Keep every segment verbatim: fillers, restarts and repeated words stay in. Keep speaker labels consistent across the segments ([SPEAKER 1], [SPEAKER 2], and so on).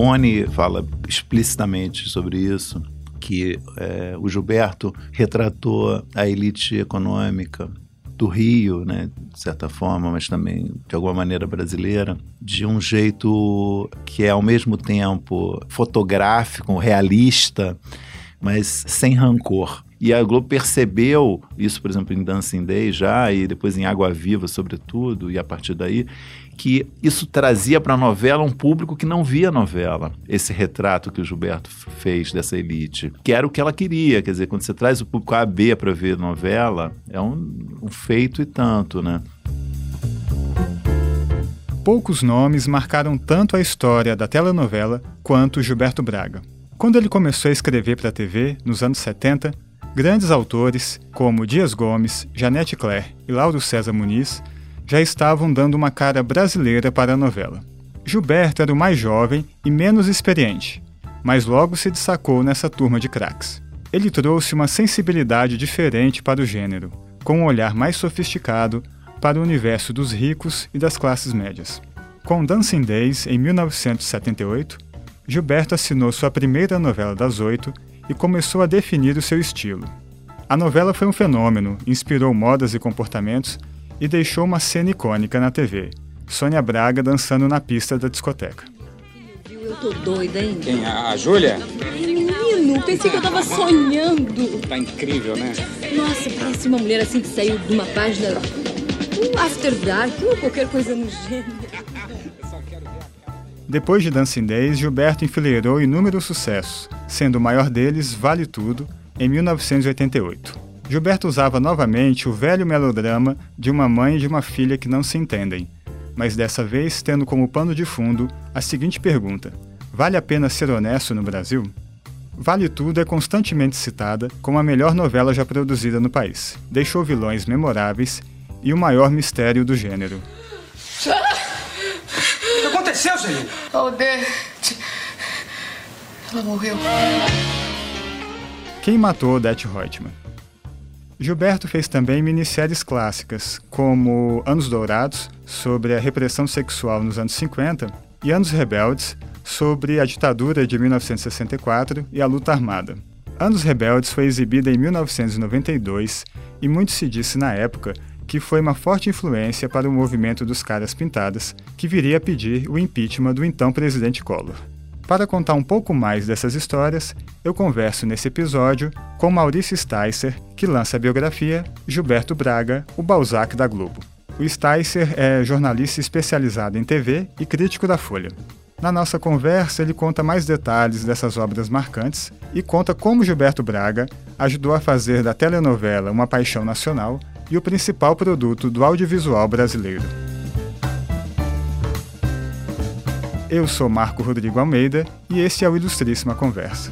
[SPEAKER 1] Boni fala explicitamente sobre isso, que é, o Gilberto retratou a elite econômica do Rio, né, de certa forma, mas também de alguma maneira brasileira, de um jeito que é ao mesmo tempo fotográfico, realista, mas sem rancor. E a Globo percebeu isso, por exemplo, em Dancing Days já, e depois em Água Viva, sobretudo, e a partir daí, que isso trazia para a novela um público que não via novela. Esse retrato que o Gilberto fez dessa elite, que era o que ela queria. Quer dizer, quando você traz o público A B para ver novela, é um, um feito e tanto, né?
[SPEAKER 2] Poucos nomes marcaram tanto a história da telenovela quanto Gilberto Braga. Quando ele começou a escrever para a T V, nos anos setenta, grandes autores, como Dias Gomes, Janete Claire e Lauro César Muniz, já estavam dando uma cara brasileira para a novela. Gilberto era o mais jovem e menos experiente, mas logo se destacou nessa turma de craques. Ele trouxe uma sensibilidade diferente para o gênero, com um olhar mais sofisticado para o universo dos ricos e das classes médias. Com Dancing Days, em mil novecentos e setenta e oito, Gilberto assinou sua primeira novela das oito e começou a definir o seu estilo. A novela foi um fenômeno, inspirou modas e comportamentos e deixou uma cena icônica na T V, Sônia Braga dançando na pista da discoteca.
[SPEAKER 3] Eu tô doida, hein?
[SPEAKER 4] Quem? A Júlia?
[SPEAKER 3] Menino, pensei que eu tava sonhando.
[SPEAKER 4] Tá incrível, né?
[SPEAKER 3] Nossa, parece uma mulher assim que saiu de uma página, um After Dark ou qualquer coisa no gênero.
[SPEAKER 2] Depois de Dancing Days, Gilberto enfileirou inúmeros sucessos, sendo o maior deles Vale Tudo, em mil novecentos e oitenta e oito. Gilberto usava novamente o velho melodrama de uma mãe e de uma filha que não se entendem, mas dessa vez tendo como pano de fundo a seguinte pergunta: vale a pena ser honesto no Brasil? Vale Tudo é constantemente citada como a melhor novela já produzida no país. Deixou vilões memoráveis e o maior mistério do gênero.
[SPEAKER 4] O que aconteceu, Celina?
[SPEAKER 5] Odete. Ela morreu.
[SPEAKER 2] Quem matou Odete Roitman? Gilberto fez também minisséries clássicas, como Anos Dourados, sobre a repressão sexual nos anos cinquenta, e Anos Rebeldes, sobre a ditadura de mil novecentos e sessenta e quatro e a luta armada. Anos Rebeldes foi exibida em mil novecentos e noventa e dois e muito se disse na época que foi uma forte influência para o movimento dos Caras Pintadas, que viria a pedir o impeachment do então presidente Collor. Para contar um pouco mais dessas histórias, eu converso nesse episódio com Maurício Sticer, que lança a biografia Gilberto Braga, o Balzac da Globo. O Sticer é jornalista especializado em T V e crítico da Folha. Na nossa conversa, ele conta mais detalhes dessas obras marcantes e conta como Gilberto Braga ajudou a fazer da telenovela uma paixão nacional e o principal produto do audiovisual brasileiro. Eu sou Marco Rodrigo Almeida e esse é o Ilustríssima Conversa.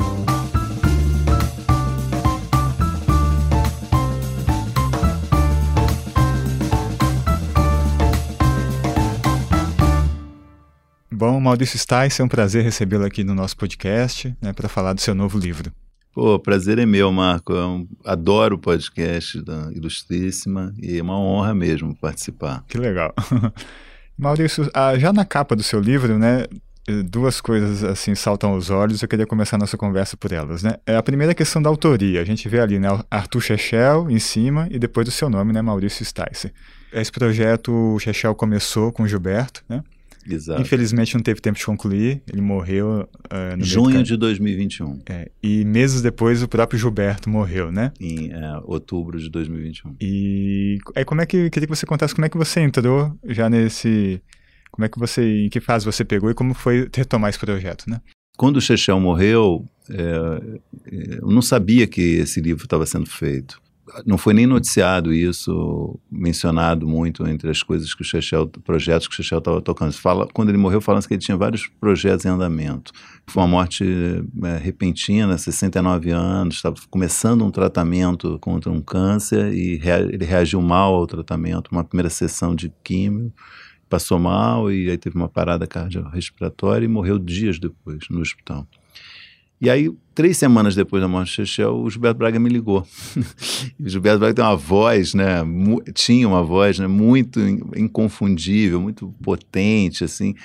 [SPEAKER 2] Bom, Maurício Sticer, é um prazer recebê-lo aqui no nosso podcast, né, para falar do seu novo livro.
[SPEAKER 1] Pô, prazer é meu, Marco. Eu adoro o podcast da Ilustríssima e é uma honra mesmo participar.
[SPEAKER 2] Que legal. Maurício, já na capa do seu livro, né, duas coisas assim saltam aos olhos, eu queria começar a nossa conversa por elas, né? A primeira é a questão da autoria, a gente vê ali, né, Arthur Chechel em cima e depois do seu nome, né, Maurício Sticer. Esse projeto, o Chechel começou com o Gilberto, né?
[SPEAKER 1] Exato.
[SPEAKER 2] Infelizmente não teve tempo de concluir, ele morreu uh, no
[SPEAKER 1] junho de dois mil e vinte e um.
[SPEAKER 2] É, e meses depois o próprio Gilberto morreu, né?
[SPEAKER 1] Em é, outubro de dois mil e vinte e um.
[SPEAKER 2] E aí como é que, queria que você contasse como é que você entrou já nesse, como é que você, em que fase você pegou e como foi retomar esse projeto, né?
[SPEAKER 1] Quando o Chechel morreu, é, eu não sabia que esse livro estava sendo feito. Não foi nem noticiado isso, mencionado muito entre as coisas que o Chechel, projetos que o Chechel estava tocando. Fala, quando ele morreu, falando que ele tinha vários projetos em andamento. Foi uma morte é, repentina, sessenta e nove anos, estava começando um tratamento contra um câncer e rea, ele reagiu mal ao tratamento, uma primeira sessão de químio, passou mal e aí teve uma parada cardiorrespiratória e morreu dias depois no hospital. E aí, três semanas depois da morte do Chechel, o Gilberto Braga me ligou. O Gilberto Braga tem uma voz, né, tinha uma voz, né, muito inconfundível, muito potente, assim,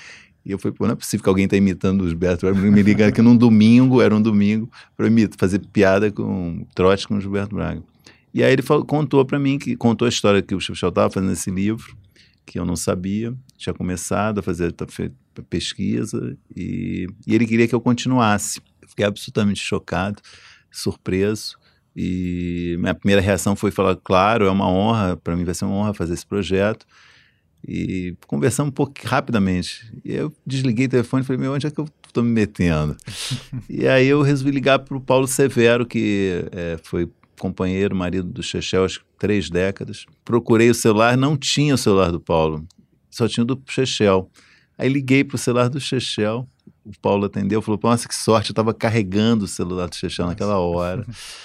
[SPEAKER 1] E eu falei, pô, não é possível que alguém está imitando o Gilberto Braga. Me ligaram que num domingo, era um domingo, para fazer piada com trote com o Gilberto Braga. E aí ele falou, contou para mim, que contou a história que o Chechel estava fazendo esse livro, que eu não sabia, tinha começado a fazer a pesquisa, e, e ele queria que eu continuasse. Eu fiquei absolutamente chocado, surpreso, e minha primeira reação foi falar, claro, é uma honra, para mim vai ser uma honra fazer esse projeto. E conversamos um pouco rapidamente. E eu desliguei o telefone e falei, meu, onde é que eu estou me metendo? E aí eu resolvi ligar para o Paulo Severo, que é, foi companheiro, marido do Chechel, acho que três décadas. Procurei o celular, não tinha o celular do Paulo, só tinha o do Chechel. Aí liguei para o celular do Chechel, o Paulo atendeu, falou, nossa, que sorte, eu estava carregando o celular do Chechel naquela hora.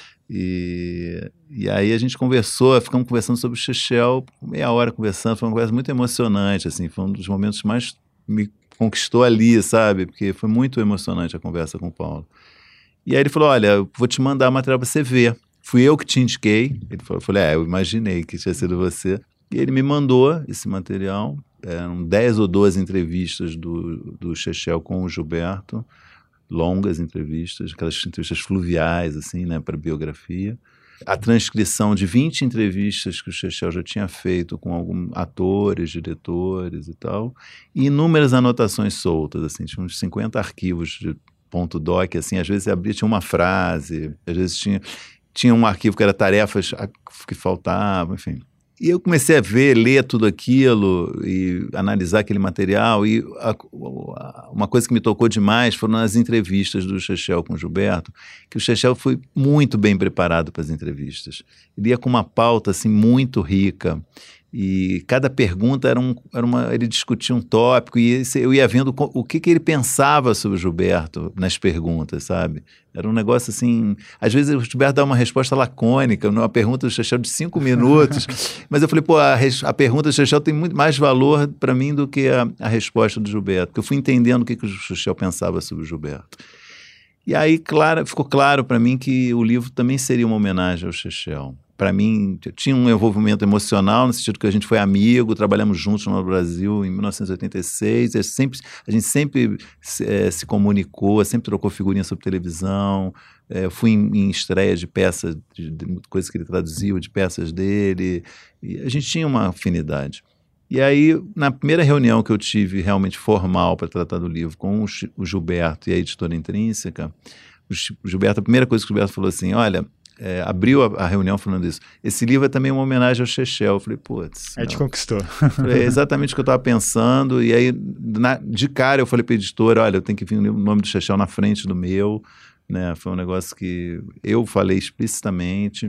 [SPEAKER 1] E, e aí a gente conversou, ficamos conversando sobre o Chechel, meia hora conversando, foi uma conversa muito emocionante, assim, foi um dos momentos que mais me conquistou ali, sabe, porque foi muito emocionante a conversa com o Paulo. E aí ele falou, olha, eu vou te mandar material para você ver. Fui eu que te indiquei. Ele falou, eu falei, é, eu imaginei que tinha sido você. E ele me mandou esse material, eram dez ou doze entrevistas do, do Chechel com o Gilberto, longas entrevistas, aquelas entrevistas fluviais, assim, né, para biografia. A transcrição de vinte entrevistas que o Chechel já tinha feito com alguns atores, diretores e tal, e inúmeras anotações soltas, assim, tinha uns cinquenta arquivos de ponto doc, assim, às vezes abria, tinha uma frase, às vezes tinha, tinha um arquivo que era tarefas que faltavam, enfim. E eu comecei a ver, ler tudo aquilo e analisar aquele material, e a, a, uma coisa que me tocou demais foram as entrevistas do Chechel com o Gilberto, que o Chechel foi muito bem preparado para as entrevistas. Ele ia com uma pauta assim, muito rica, e cada pergunta era, um, era uma... ele discutia um tópico, e eu ia vendo o que, que ele pensava sobre o Gilberto nas perguntas, sabe? Era um negócio assim... Às vezes o Gilberto dava uma resposta lacônica, numa pergunta do Chechel de cinco minutos, mas eu falei, pô, a, a pergunta do Chechel tem muito mais valor para mim do que a, a resposta do Gilberto, porque eu fui entendendo o que, que o Chechel pensava sobre o Gilberto. E aí, claro, ficou claro para mim que o livro também seria uma homenagem ao Chechel. Para mim, tinha um envolvimento emocional, no sentido que a gente foi amigo, trabalhamos juntos no Brasil em mil novecentos e oitenta e seis, a gente sempre, a gente sempre é, se comunicou, sempre trocou figurinha sobre televisão, é, fui em, em estreia de peças, de, de coisas que ele traduziu, de peças dele, e a gente tinha uma afinidade. E aí, na primeira reunião que eu tive realmente formal para tratar do livro com o, o Gilberto e a editora Intrínseca, o Gilberto, a primeira coisa que o Gilberto falou assim, olha... É, abriu a, a reunião falando isso. Esse livro é também uma homenagem ao Chechel. Eu falei, putz.
[SPEAKER 2] Aí te conquistou.
[SPEAKER 1] É exatamente o que eu estava pensando. E aí, na, de cara, eu falei para a editora: olha, eu tenho que vir o nome do Chechel na frente do meu. Né? Foi um negócio que eu falei explicitamente.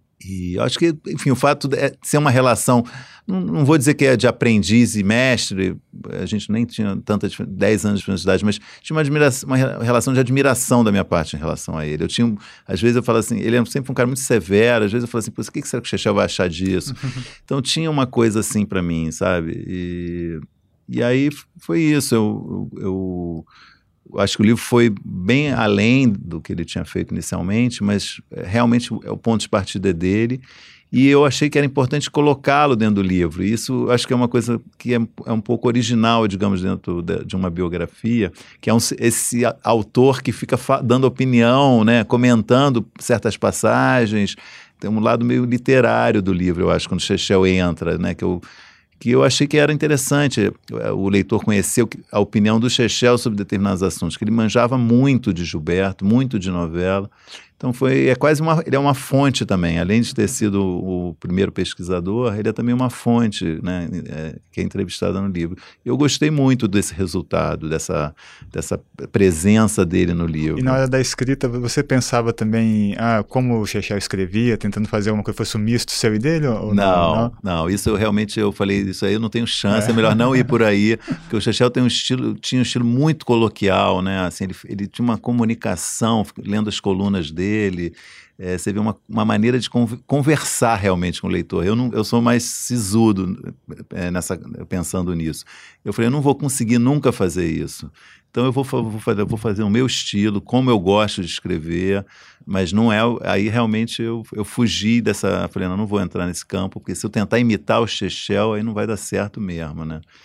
[SPEAKER 1] E acho que, enfim, o fato de ser uma relação, não, não vou dizer que é de aprendiz e mestre, a gente nem tinha tanta, dez anos de universidade, mas tinha uma, admiração, uma relação de admiração da minha parte em relação a ele. Eu tinha, às vezes eu falo assim, ele é sempre um cara muito severo, às vezes eu falo assim, pô, o que será que o Chechel vai achar disso? Então tinha uma coisa assim para mim, sabe? E, e aí foi isso, eu... eu, eu acho que o livro foi bem além do que ele tinha feito inicialmente, mas realmente é o ponto de partida dele, e eu achei que era importante colocá-lo dentro do livro. E isso acho que é uma coisa que é, é um pouco original, digamos, dentro de, de uma biografia, que é um, esse autor que fica dando opinião, né, comentando certas passagens. Tem um lado meio literário do livro, eu acho, quando o Chechel entra, né, que eu... que eu achei que era interessante o leitor conhecer a opinião do Chechel sobre determinados assuntos, que ele manjava muito de Gilberto, muito de novela. Então foi, é quase uma, ele é uma fonte também, além de ter sido o primeiro pesquisador, ele é também uma fonte, né, é, que é entrevistada no livro. Eu gostei muito desse resultado, dessa, dessa presença dele no livro.
[SPEAKER 2] E na hora da escrita, você pensava também, ah, como o Chechel escrevia, tentando fazer alguma coisa que fosse um misto seu e dele? Ou não,
[SPEAKER 1] não,
[SPEAKER 2] não,
[SPEAKER 1] não, isso eu realmente, eu falei, isso aí eu não tenho chance, é, é melhor não ir por aí, porque o Chechel tem um estilo, tinha um estilo muito coloquial, né, assim, ele, ele tinha uma comunicação, lendo as colunas dele, Ele, é, você vê uma, uma maneira de conversar realmente com o leitor. Eu, não, eu sou mais sisudo é, nessa, pensando nisso. Eu falei, eu não vou conseguir nunca fazer isso. Então eu vou, vou, fazer, vou fazer o meu estilo, como eu gosto de escrever, mas não é... Aí realmente eu, eu fugi dessa... Falei, não, não vou entrar nesse campo, porque se eu tentar imitar o Chechel, aí não vai dar certo mesmo, né?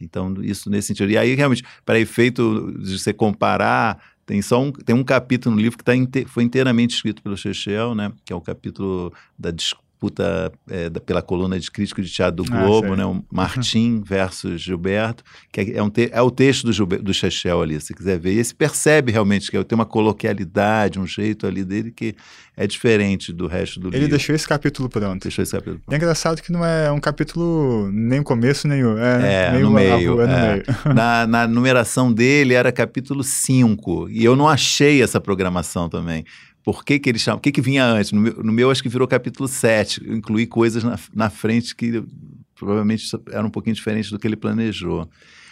[SPEAKER 1] Então, isso nesse sentido. E aí, realmente, para efeito de você comparar, tem, só um, tem um capítulo no livro que tá inte, foi inteiramente escrito pelo Chechel, né? Que é o capítulo da discussão disputa é, da, pela coluna de crítico de teatro do Globo, ah, né, o Martim versus Gilberto, que é, é, um te, é o texto do, Gilberto, do Chechel ali, se quiser ver. E esse percebe realmente que tem uma coloquialidade, um jeito ali dele que é diferente do resto do
[SPEAKER 2] Ele
[SPEAKER 1] livro.
[SPEAKER 2] Ele deixou esse capítulo pronto.
[SPEAKER 1] Deixou esse capítulo pronto.
[SPEAKER 2] É engraçado que não é um capítulo nem o começo, nem o... É,
[SPEAKER 1] é
[SPEAKER 2] nem
[SPEAKER 1] no
[SPEAKER 2] o,
[SPEAKER 1] meio.
[SPEAKER 2] A, é no
[SPEAKER 1] é.
[SPEAKER 2] meio.
[SPEAKER 1] Na, na numeração dele era capítulo cinco, e eu não achei essa programação também. Por que que ele chama? O que que vinha antes? No meu, no meu acho que virou capítulo sete. Eu incluí coisas na, na frente que provavelmente eram um pouquinho diferentes do que ele planejou.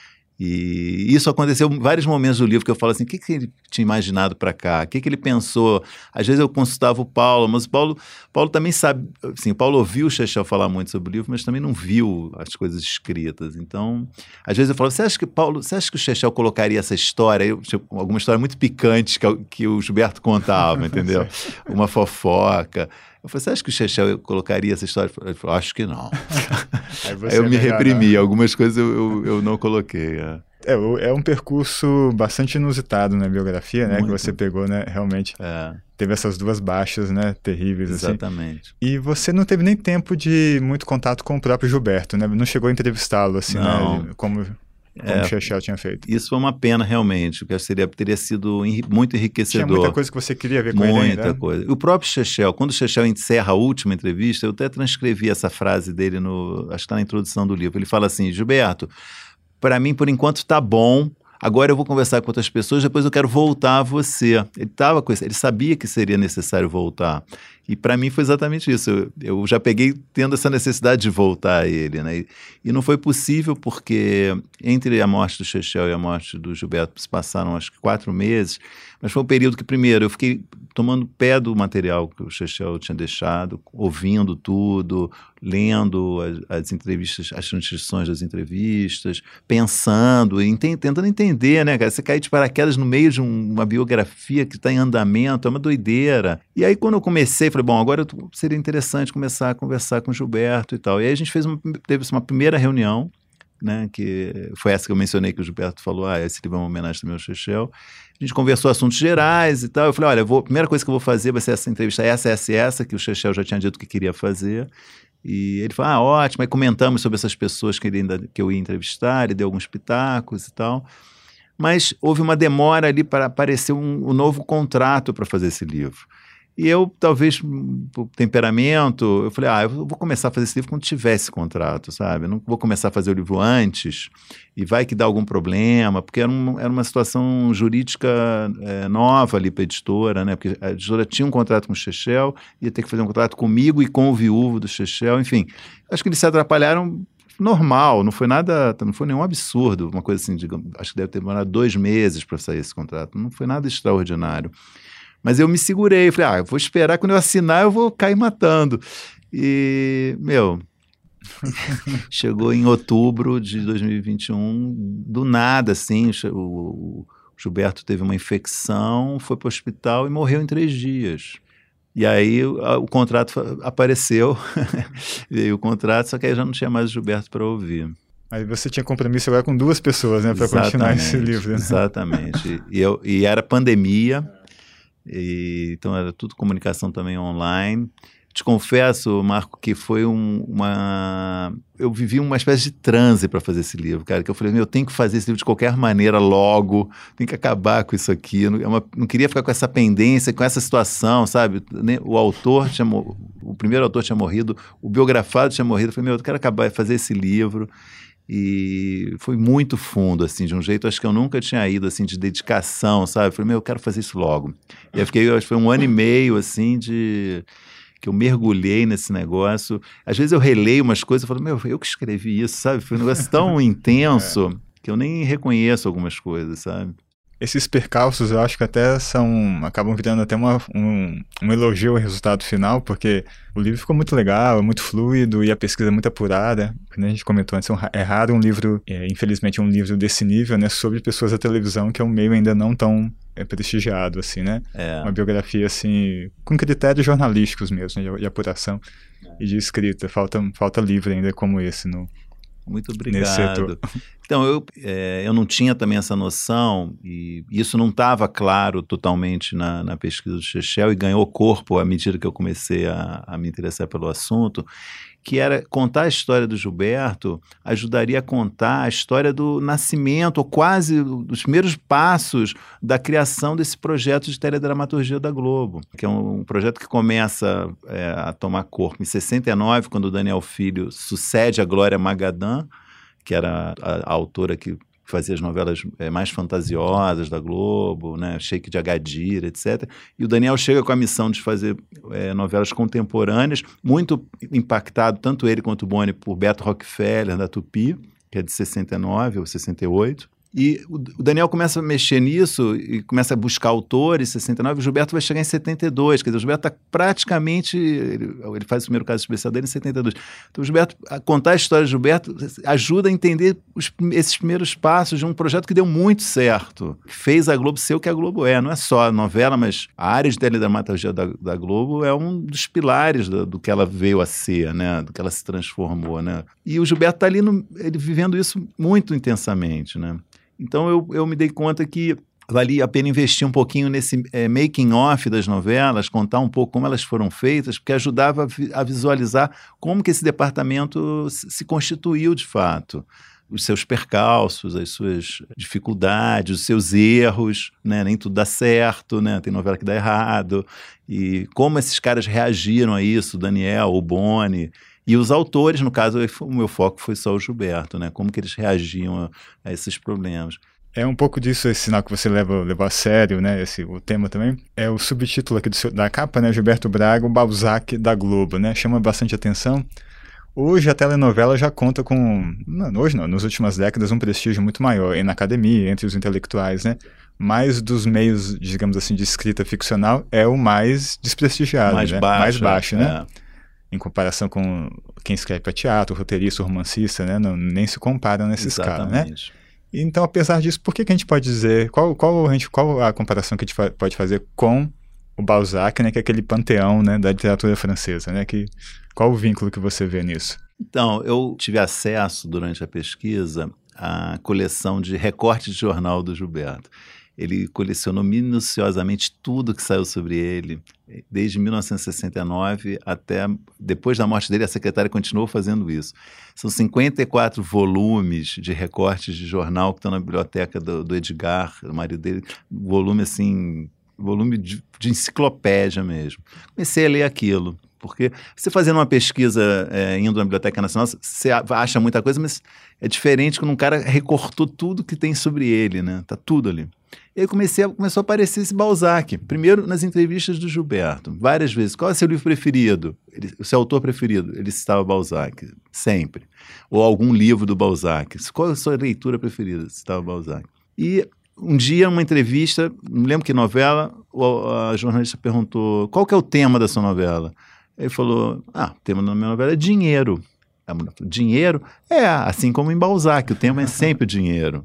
[SPEAKER 1] E isso aconteceu em vários momentos do livro que eu falo assim, o que que ele tinha imaginado para cá? O que que ele pensou? Às vezes eu consultava o Paulo, mas o Paulo, Paulo também sabe, assim, o Paulo ouviu o Chechel falar muito sobre o livro, mas também não viu as coisas escritas. Então, às vezes eu falo, você acha que Paulo, você acha que o Chechel colocaria essa história? Eu, tipo, alguma história muito picante que, que o Gilberto contava, entendeu? Uma fofoca. Eu falei, você acha que o Chechel colocaria essa história? Ele falou, acho que não. Aí, Aí eu me reprimi, não. Algumas coisas eu, eu, eu não coloquei. É.
[SPEAKER 2] É, é um percurso bastante inusitado na biografia, né? Muito. Que você pegou, né? Realmente é. Teve essas duas baixas, né? Terríveis,
[SPEAKER 1] exatamente.
[SPEAKER 2] Assim. E você não teve nem tempo de muito contato com o próprio Gilberto, né? Não chegou a entrevistá-lo, assim, não. Né? Como... Como é, o Chechel tinha feito.
[SPEAKER 1] Isso foi uma pena, realmente, porque seria, teria sido muito enriquecedor.
[SPEAKER 2] Tinha muita coisa que você queria ver com
[SPEAKER 1] muita
[SPEAKER 2] ele.
[SPEAKER 1] Muita coisa. E o próprio Chechel, quando o Chechel encerra a última entrevista, eu até transcrevi essa frase dele, no, acho que está na introdução do livro. Ele fala assim, Gilberto, para mim, por enquanto, está bom. Agora eu vou conversar com outras pessoas, depois eu quero voltar a você. Ele tava com isso, ele sabia que seria necessário voltar. E para mim foi exatamente isso. Eu, eu já peguei tendo essa necessidade de voltar a ele, né? E, e não foi possível porque entre a morte do Chechel e a morte do Gilberto se passaram acho que quatro meses, mas foi um período que primeiro eu fiquei tomando pé do material que o Chechel tinha deixado, ouvindo tudo, lendo as, as entrevistas, as transcrições das entrevistas, pensando, ente, tentando entender, né, cara? Você cair de paraquedas no meio de um, uma biografia que está em andamento, é uma doideira. E aí quando eu comecei, falei, bom, agora seria interessante começar a conversar com o Gilberto e tal. E aí a gente fez uma, teve uma primeira reunião, né, que foi essa que eu mencionei que o Gilberto falou, ah, esse livro é uma homenagem também ao Chechel. A gente conversou assuntos gerais e tal. Eu falei, olha, vou, a primeira coisa que eu vou fazer vai ser essa entrevista, essa, essa e essa, que o Chechel já tinha dito que queria fazer. E ele falou, ah, ótimo. Aí comentamos sobre essas pessoas que, ele ainda, que eu ia entrevistar, ele deu alguns pitacos e tal. Mas houve uma demora ali para aparecer um, um novo contrato para fazer esse livro. E eu, talvez, por temperamento, eu falei, ah, eu vou começar a fazer esse livro quando tiver esse contrato, sabe? Eu não vou começar a fazer o livro antes e vai que dá algum problema, porque era, um, era uma situação jurídica é, nova ali para a editora, né? Porque a editora tinha um contrato com o Chechel, ia ter que fazer um contrato comigo e com o viúvo do Chechel, enfim. Acho que eles se atrapalharam normal, não foi nada, não foi nenhum absurdo, uma coisa assim, digamos, acho que deve ter demorado dois meses para sair esse contrato, não foi nada extraordinário. Mas eu me segurei, falei, ah, eu vou esperar, quando eu assinar eu vou cair matando. E, meu, chegou em outubro de dois mil e vinte e um, do nada, assim, o, o Gilberto teve uma infecção, foi para o hospital e morreu em três dias. E aí o, o contrato apareceu, veio o contrato, só que aí já não tinha mais o Gilberto para ouvir.
[SPEAKER 2] Aí você tinha compromisso agora com duas pessoas, né, para continuar esse livro. Né?
[SPEAKER 1] Exatamente, e, eu, e era pandemia, e, então era tudo comunicação também online. Te confesso, Marco, que foi um, uma... Eu vivi uma espécie de transe para fazer esse livro, cara, que eu falei, meu, eu tenho que fazer esse livro de qualquer maneira logo, tem que acabar com isso aqui, eu não, eu não queria ficar com essa pendência, com essa situação, sabe? O autor tinha, o primeiro autor tinha morrido, o biografado tinha morrido, eu falei, meu, eu quero acabar de fazer esse livro. E foi muito fundo, assim, de um jeito, acho que eu nunca tinha ido, assim, de dedicação, sabe? Eu falei, meu, eu quero fazer isso logo. E aí fiquei, acho que foi um ano e meio, assim, de... que eu mergulhei nesse negócio. Às vezes eu releio umas coisas e falo, meu, eu que escrevi isso, sabe? Foi um negócio tão intenso que eu nem reconheço algumas coisas, sabe?
[SPEAKER 2] Esses percalços eu acho que até são, acabam virando até uma, um, um elogio ao resultado final, porque o livro ficou muito legal, muito fluido e a pesquisa é muito apurada. Como a gente comentou antes, é raro um livro, é, infelizmente um livro desse nível, né, sobre pessoas da televisão, que é um meio ainda não tão é, prestigiado, assim, né? É. Uma biografia, assim, com critérios jornalísticos mesmo, né, de apuração é. e de escrita. Falta, falta livro ainda como esse no...
[SPEAKER 1] Muito obrigado. Então, eu, é, eu não tinha também essa noção, e isso não estava claro totalmente na, na pesquisa do Shechel, e ganhou corpo à medida que eu comecei a, a me interessar pelo assunto, que era contar a história do Gilberto, ajudaria a contar a história do nascimento, ou quase dos primeiros passos da criação desse projeto de teledramaturgia da Globo, que é um, um projeto que começa é, a tomar corpo em sessenta e nove, quando o Daniel Filho sucede a Glória Magadã, que era a, a autora que fazia as novelas é, mais fantasiosas da Globo, né, Sheik de Agadir, etcétera. E o Daniel chega com a missão de fazer é, novelas contemporâneas, muito impactado, tanto ele quanto o Boni, por Beto Rockefeller, da Tupi, que é de sessenta e nove ou sessenta e oito. E o Daniel começa a mexer nisso e começa a buscar autores em sessenta e nove, o Gilberto vai chegar em setenta e dois, quer dizer, o Gilberto está praticamente, ele, ele faz o primeiro caso especial dele em setenta e dois. Então o Gilberto, a contar a história do Gilberto ajuda a entender os, esses primeiros passos de um projeto que deu muito certo, que fez a Globo ser o que a Globo é, não é só a novela, mas a área de teledramaturgia da, da Globo é um dos pilares do, do que ela veio a ser, né, do que ela se transformou, né. E o Gilberto está ali no, ele vivendo isso muito intensamente, né. Então eu, eu me dei conta que valia a pena investir um pouquinho nesse é, making off das novelas, contar um pouco como elas foram feitas, porque ajudava a, vi, a visualizar como que esse departamento se, se constituiu de fato. Os seus percalços, as suas dificuldades, os seus erros, né? Nem tudo dá certo, né? Tem novela que dá errado. E como esses caras reagiram a isso, o Daniel, o Boni. E os autores, no caso, o meu foco foi só o Gilberto, né? Como que eles reagiam a, a esses problemas.
[SPEAKER 2] É um pouco disso, esse sinal que você leva, leva a sério, né? Esse, o tema também. É o subtítulo aqui do seu, da capa, né? Gilberto Braga, o Balzac da Globo, né? Chama bastante atenção. Hoje a telenovela já conta com, não, hoje não, nas últimas décadas, um prestígio muito maior na academia, entre os intelectuais, né? Mas dos meios, digamos assim, de escrita ficcional, é o mais desprestigiado,
[SPEAKER 1] mais
[SPEAKER 2] né?
[SPEAKER 1] Baixo,
[SPEAKER 2] mais baixo, né?
[SPEAKER 1] É.
[SPEAKER 2] Em comparação com quem escreve para teatro, roteirista, romancista, né? Não, nem se comparam nessa escala, né? Então, apesar disso, por que, que a gente pode dizer, qual, qual, a gente, qual a comparação que a gente pode fazer com o Balzac, né? Que é aquele panteão, né, da literatura francesa, né? Que, qual o vínculo que você vê nisso?
[SPEAKER 1] Então, eu tive acesso durante a pesquisa à coleção de recortes de jornal do Gilberto. Ele colecionou minuciosamente tudo que saiu sobre ele, desde mil novecentos e sessenta e nove até depois da morte dele, a secretária continuou fazendo isso. São cinquenta e quatro volumes de recortes de jornal que estão na biblioteca do, do Edgar, o marido dele, volume assim, volume de, de enciclopédia mesmo. Comecei a ler aquilo, porque você fazendo uma pesquisa, é, indo na Biblioteca Nacional, você acha muita coisa, mas é diferente quando um cara recortou tudo que tem sobre ele, né? Tá tudo ali. E aí comecei a, começou a aparecer esse Balzac. Primeiro nas entrevistas do Gilberto, várias vezes. Qual é o seu livro preferido? Ele, o seu autor preferido? Ele citava Balzac, sempre. Ou algum livro do Balzac. Qual é a sua leitura preferida? Citava Balzac. E um dia, numa entrevista, não lembro que novela, a jornalista perguntou, qual que é o tema da sua novela? Ele falou, ah, o tema da minha novela é dinheiro. A mulher falou, dinheiro? É, assim como em Balzac, o tema é sempre dinheiro.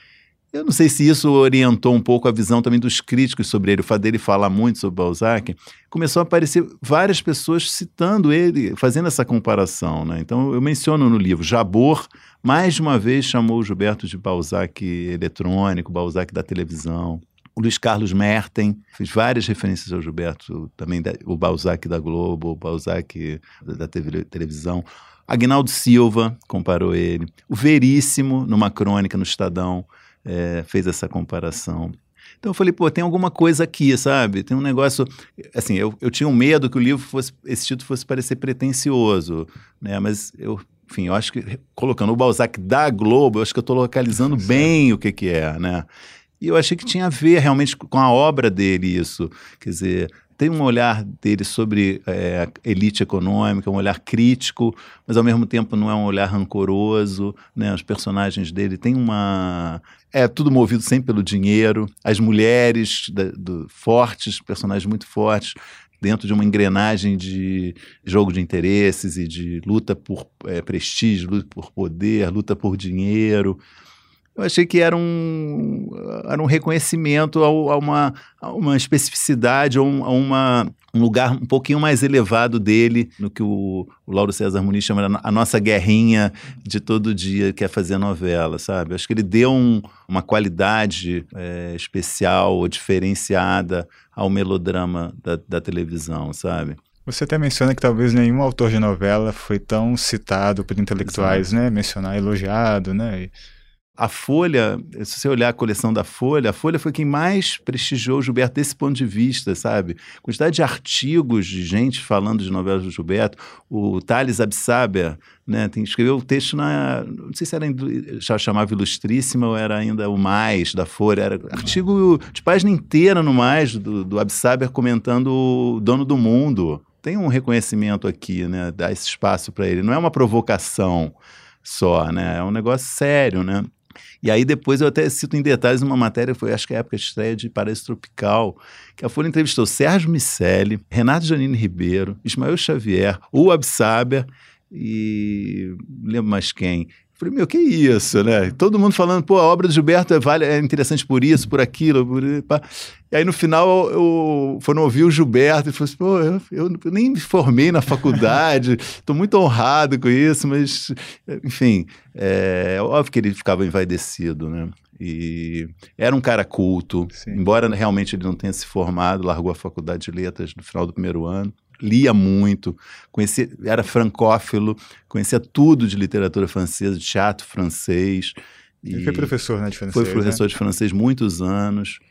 [SPEAKER 1] Eu não sei se isso orientou um pouco a visão também dos críticos sobre ele, o fato dele falar muito sobre Balzac. Começou a aparecer várias pessoas citando ele, fazendo essa comparação, né? Então, eu menciono no livro, Jabor, mais de uma vez chamou o Gilberto de Balzac eletrônico, Balzac da televisão. O Luiz Carlos Merten fez várias referências ao Gilberto, também da, o Balzac da Globo, o Balzac da T V, televisão. Aguinaldo Silva comparou ele. O Veríssimo, numa crônica no Estadão, É, fez essa comparação. Então eu falei, pô, tem alguma coisa aqui, sabe? Tem um negócio... Assim, eu, eu tinha um medo que o livro fosse... Esse título fosse parecer pretencioso, né? Mas, eu, enfim, eu acho que colocando o Balzac da Globo, eu acho que eu estou localizando bem o que que é, né? E eu achei que tinha a ver realmente com a obra dele isso. Quer dizer... Tem um olhar dele sobre é, elite econômica, um olhar crítico, mas ao mesmo tempo não é um olhar rancoroso, né? Os personagens dele têm uma... É tudo movido sempre pelo dinheiro. As mulheres da, do, fortes, personagens muito fortes, dentro de uma engrenagem de jogo de interesses e de luta por é, prestígio, luta por poder, luta por dinheiro. eu achei que era um, era um reconhecimento a, a, uma, a uma especificidade, a, um, a uma, um lugar um pouquinho mais elevado dele, no que o, o Lauro César Muniz chama de a nossa guerrinha de todo dia, que é fazer novela, sabe? Acho que ele deu um, uma qualidade é, especial ou diferenciada ao melodrama da, da televisão, sabe?
[SPEAKER 2] Você até menciona que talvez nenhum autor de novela foi tão citado por intelectuais, Exato. Né? Mencionar, elogiado, né? E...
[SPEAKER 1] A Folha, se você olhar a coleção da Folha, a Folha foi quem mais prestigiou o Gilberto desse ponto de vista, sabe? Quantidade de artigos de gente falando de novelas do Gilberto. O Thales Absaber, né, tem, escreveu o texto na... Não sei se era, já chamava Ilustríssima ou era ainda o Mais, da Folha. Era artigo de página inteira no Mais, do, do Absaber comentando o Dono do Mundo. Tem um reconhecimento aqui, né? Dá esse espaço para ele. Não é uma provocação só, né? É um negócio sério, né? E aí depois eu até cito em detalhes uma matéria, foi acho que é a época de estreia de Paraíso Tropical, que a Folha entrevistou Sérgio Miceli, Renato Janine Ribeiro, Ismael Xavier, o Absaber e não lembro mais quem. Falei, meu, que isso, né? Todo mundo falando, pô, a obra do Gilberto é, vale, é interessante por isso, por aquilo. Por... E aí, no final, eu, foram ouvir o Gilberto e falou assim, pô, eu, eu, eu nem me formei na faculdade, estou muito honrado com isso, mas, enfim, é óbvio que ele ficava envaidecido, né? E era um cara culto, Sim. embora realmente ele não tenha se formado, largou a faculdade de letras no final do primeiro ano. Lia muito, conhecia, era francófilo, conhecia tudo de literatura francesa, de teatro francês.
[SPEAKER 2] Ele foi professor, né, de francês.
[SPEAKER 1] Foi professor, né? de francês muitos anos,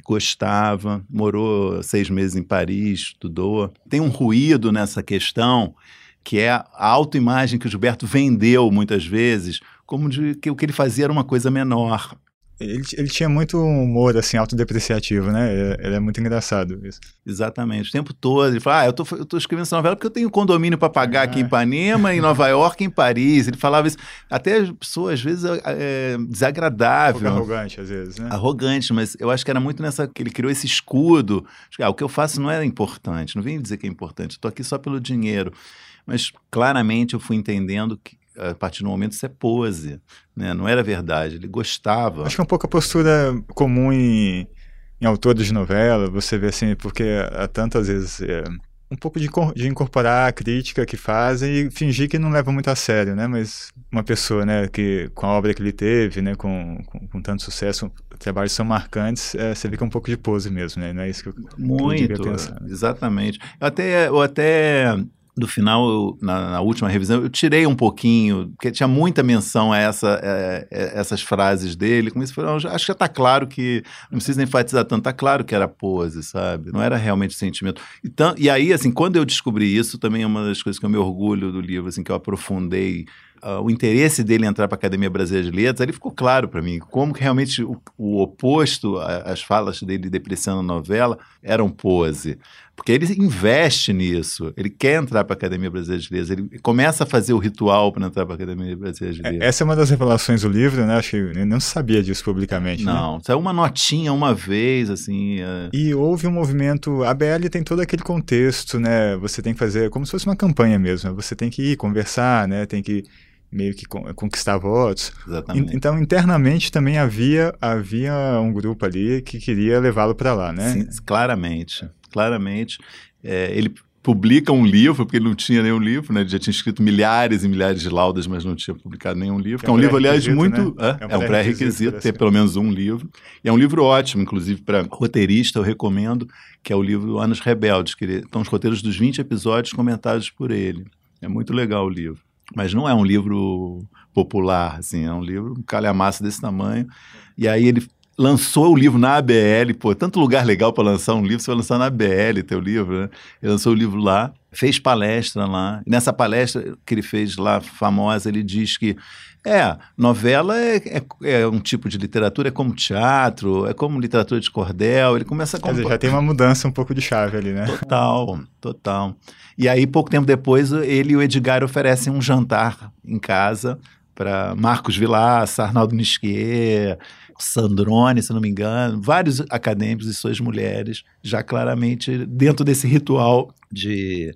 [SPEAKER 1] gostava, morou seis meses em Paris, estudou. Tem um ruído nessa questão, que é a autoimagem que o Gilberto vendeu muitas vezes, como de que o que ele fazia era uma coisa menor.
[SPEAKER 2] Ele, ele tinha muito humor, assim, autodepreciativo, né? Ele, ele é muito engraçado isso.
[SPEAKER 1] Exatamente. O tempo todo ele fala, ah, eu tô, eu tô escrevendo essa novela porque eu tenho condomínio para pagar ah. aqui em Ipanema, em Nova York, em Paris. Ele falava isso. Até as pessoas, às vezes, é desagradável.
[SPEAKER 2] Um pouco arrogante, às vezes, né?
[SPEAKER 1] Arrogante, mas eu acho que era muito nessa... que ele criou esse escudo. Ah, o que eu faço não é importante. Não vem dizer que é importante. Eu tô aqui só pelo dinheiro. Mas, claramente, eu fui entendendo que a partir do momento isso é pose, né? Não era verdade, ele gostava.
[SPEAKER 2] Acho que é um pouco a postura comum em, em autores de novela, você vê assim, porque há tantas vezes é, um pouco de, de incorporar a crítica que fazem e fingir que não leva muito a sério, né? Mas uma pessoa, né, que com a obra que ele teve, né, com, com, com tanto sucesso, trabalhos são marcantes, é, você vê que é um pouco de pose mesmo, né? Não é isso que eu,
[SPEAKER 1] muito,
[SPEAKER 2] que eu devia pensar. Né?
[SPEAKER 1] Exatamente. Eu até... Eu até... Do final, eu, na, na última revisão, eu tirei um pouquinho, porque tinha muita menção a essa, é, é, essas frases dele. Como isso, acho que já está claro que, não precisa enfatizar tanto, está claro que era pose, sabe? Não era realmente sentimento. Então, e aí, assim, quando eu descobri isso, também é uma das coisas que eu me orgulho do livro, assim, que eu aprofundei uh, o interesse dele em entrar para a Academia Brasileira de Letras, ali ficou claro para mim, como que realmente o, o oposto, a, as falas dele depreciando a novela, eram pose. Porque ele investe nisso, ele quer entrar para a Academia Brasileira de Letras, ele começa a fazer o ritual para entrar para a Academia Brasileira de Letras.
[SPEAKER 2] Essa é uma das revelações do livro, né? Acho que eu não sabia disso publicamente.
[SPEAKER 1] Não,
[SPEAKER 2] né?
[SPEAKER 1] Saiu uma notinha uma vez, assim... É...
[SPEAKER 2] E houve um movimento, a B L tem todo aquele contexto, né? Você tem que fazer como se fosse uma campanha mesmo, você tem que ir conversar, né? Tem que meio que conquistar votos.
[SPEAKER 1] Exatamente.
[SPEAKER 2] Então, internamente também havia, havia um grupo ali que queria levá-lo para lá, né?
[SPEAKER 1] Sim, claramente. Claramente, é, ele publica um livro, porque ele não tinha nenhum livro, né? Ele já tinha escrito milhares e milhares de laudas, mas não tinha publicado nenhum livro. É um, é um livro, aliás, muito... Né? É, é um pré-requisito ter pelo menos um livro. E é um livro ótimo, inclusive, para roteirista, eu recomendo, que é o livro Anos Rebeldes, que ele, estão os roteiros dos vinte episódios comentados por ele. É muito legal o livro. Mas não é um livro popular, assim, é um livro, um calhamaço desse tamanho. E aí ele... lançou o livro na A B L, pô, tanto lugar legal para lançar um livro, você vai lançar na A B L teu livro, né? Ele lançou o livro lá, fez palestra lá, e nessa palestra que ele fez lá, famosa, ele diz que, é, novela é, é, é um tipo de literatura, é como teatro, é como literatura de cordel, ele começa a...
[SPEAKER 2] Quer dizer, já tem uma mudança um pouco de chave ali, né?
[SPEAKER 1] Total, total. E aí, pouco tempo depois, ele e o Edgar oferecem um jantar em casa para Marcos Vilaça, Arnaldo Nisquier, Sandrone, se não me engano, vários acadêmicos e suas mulheres, já claramente dentro desse ritual de,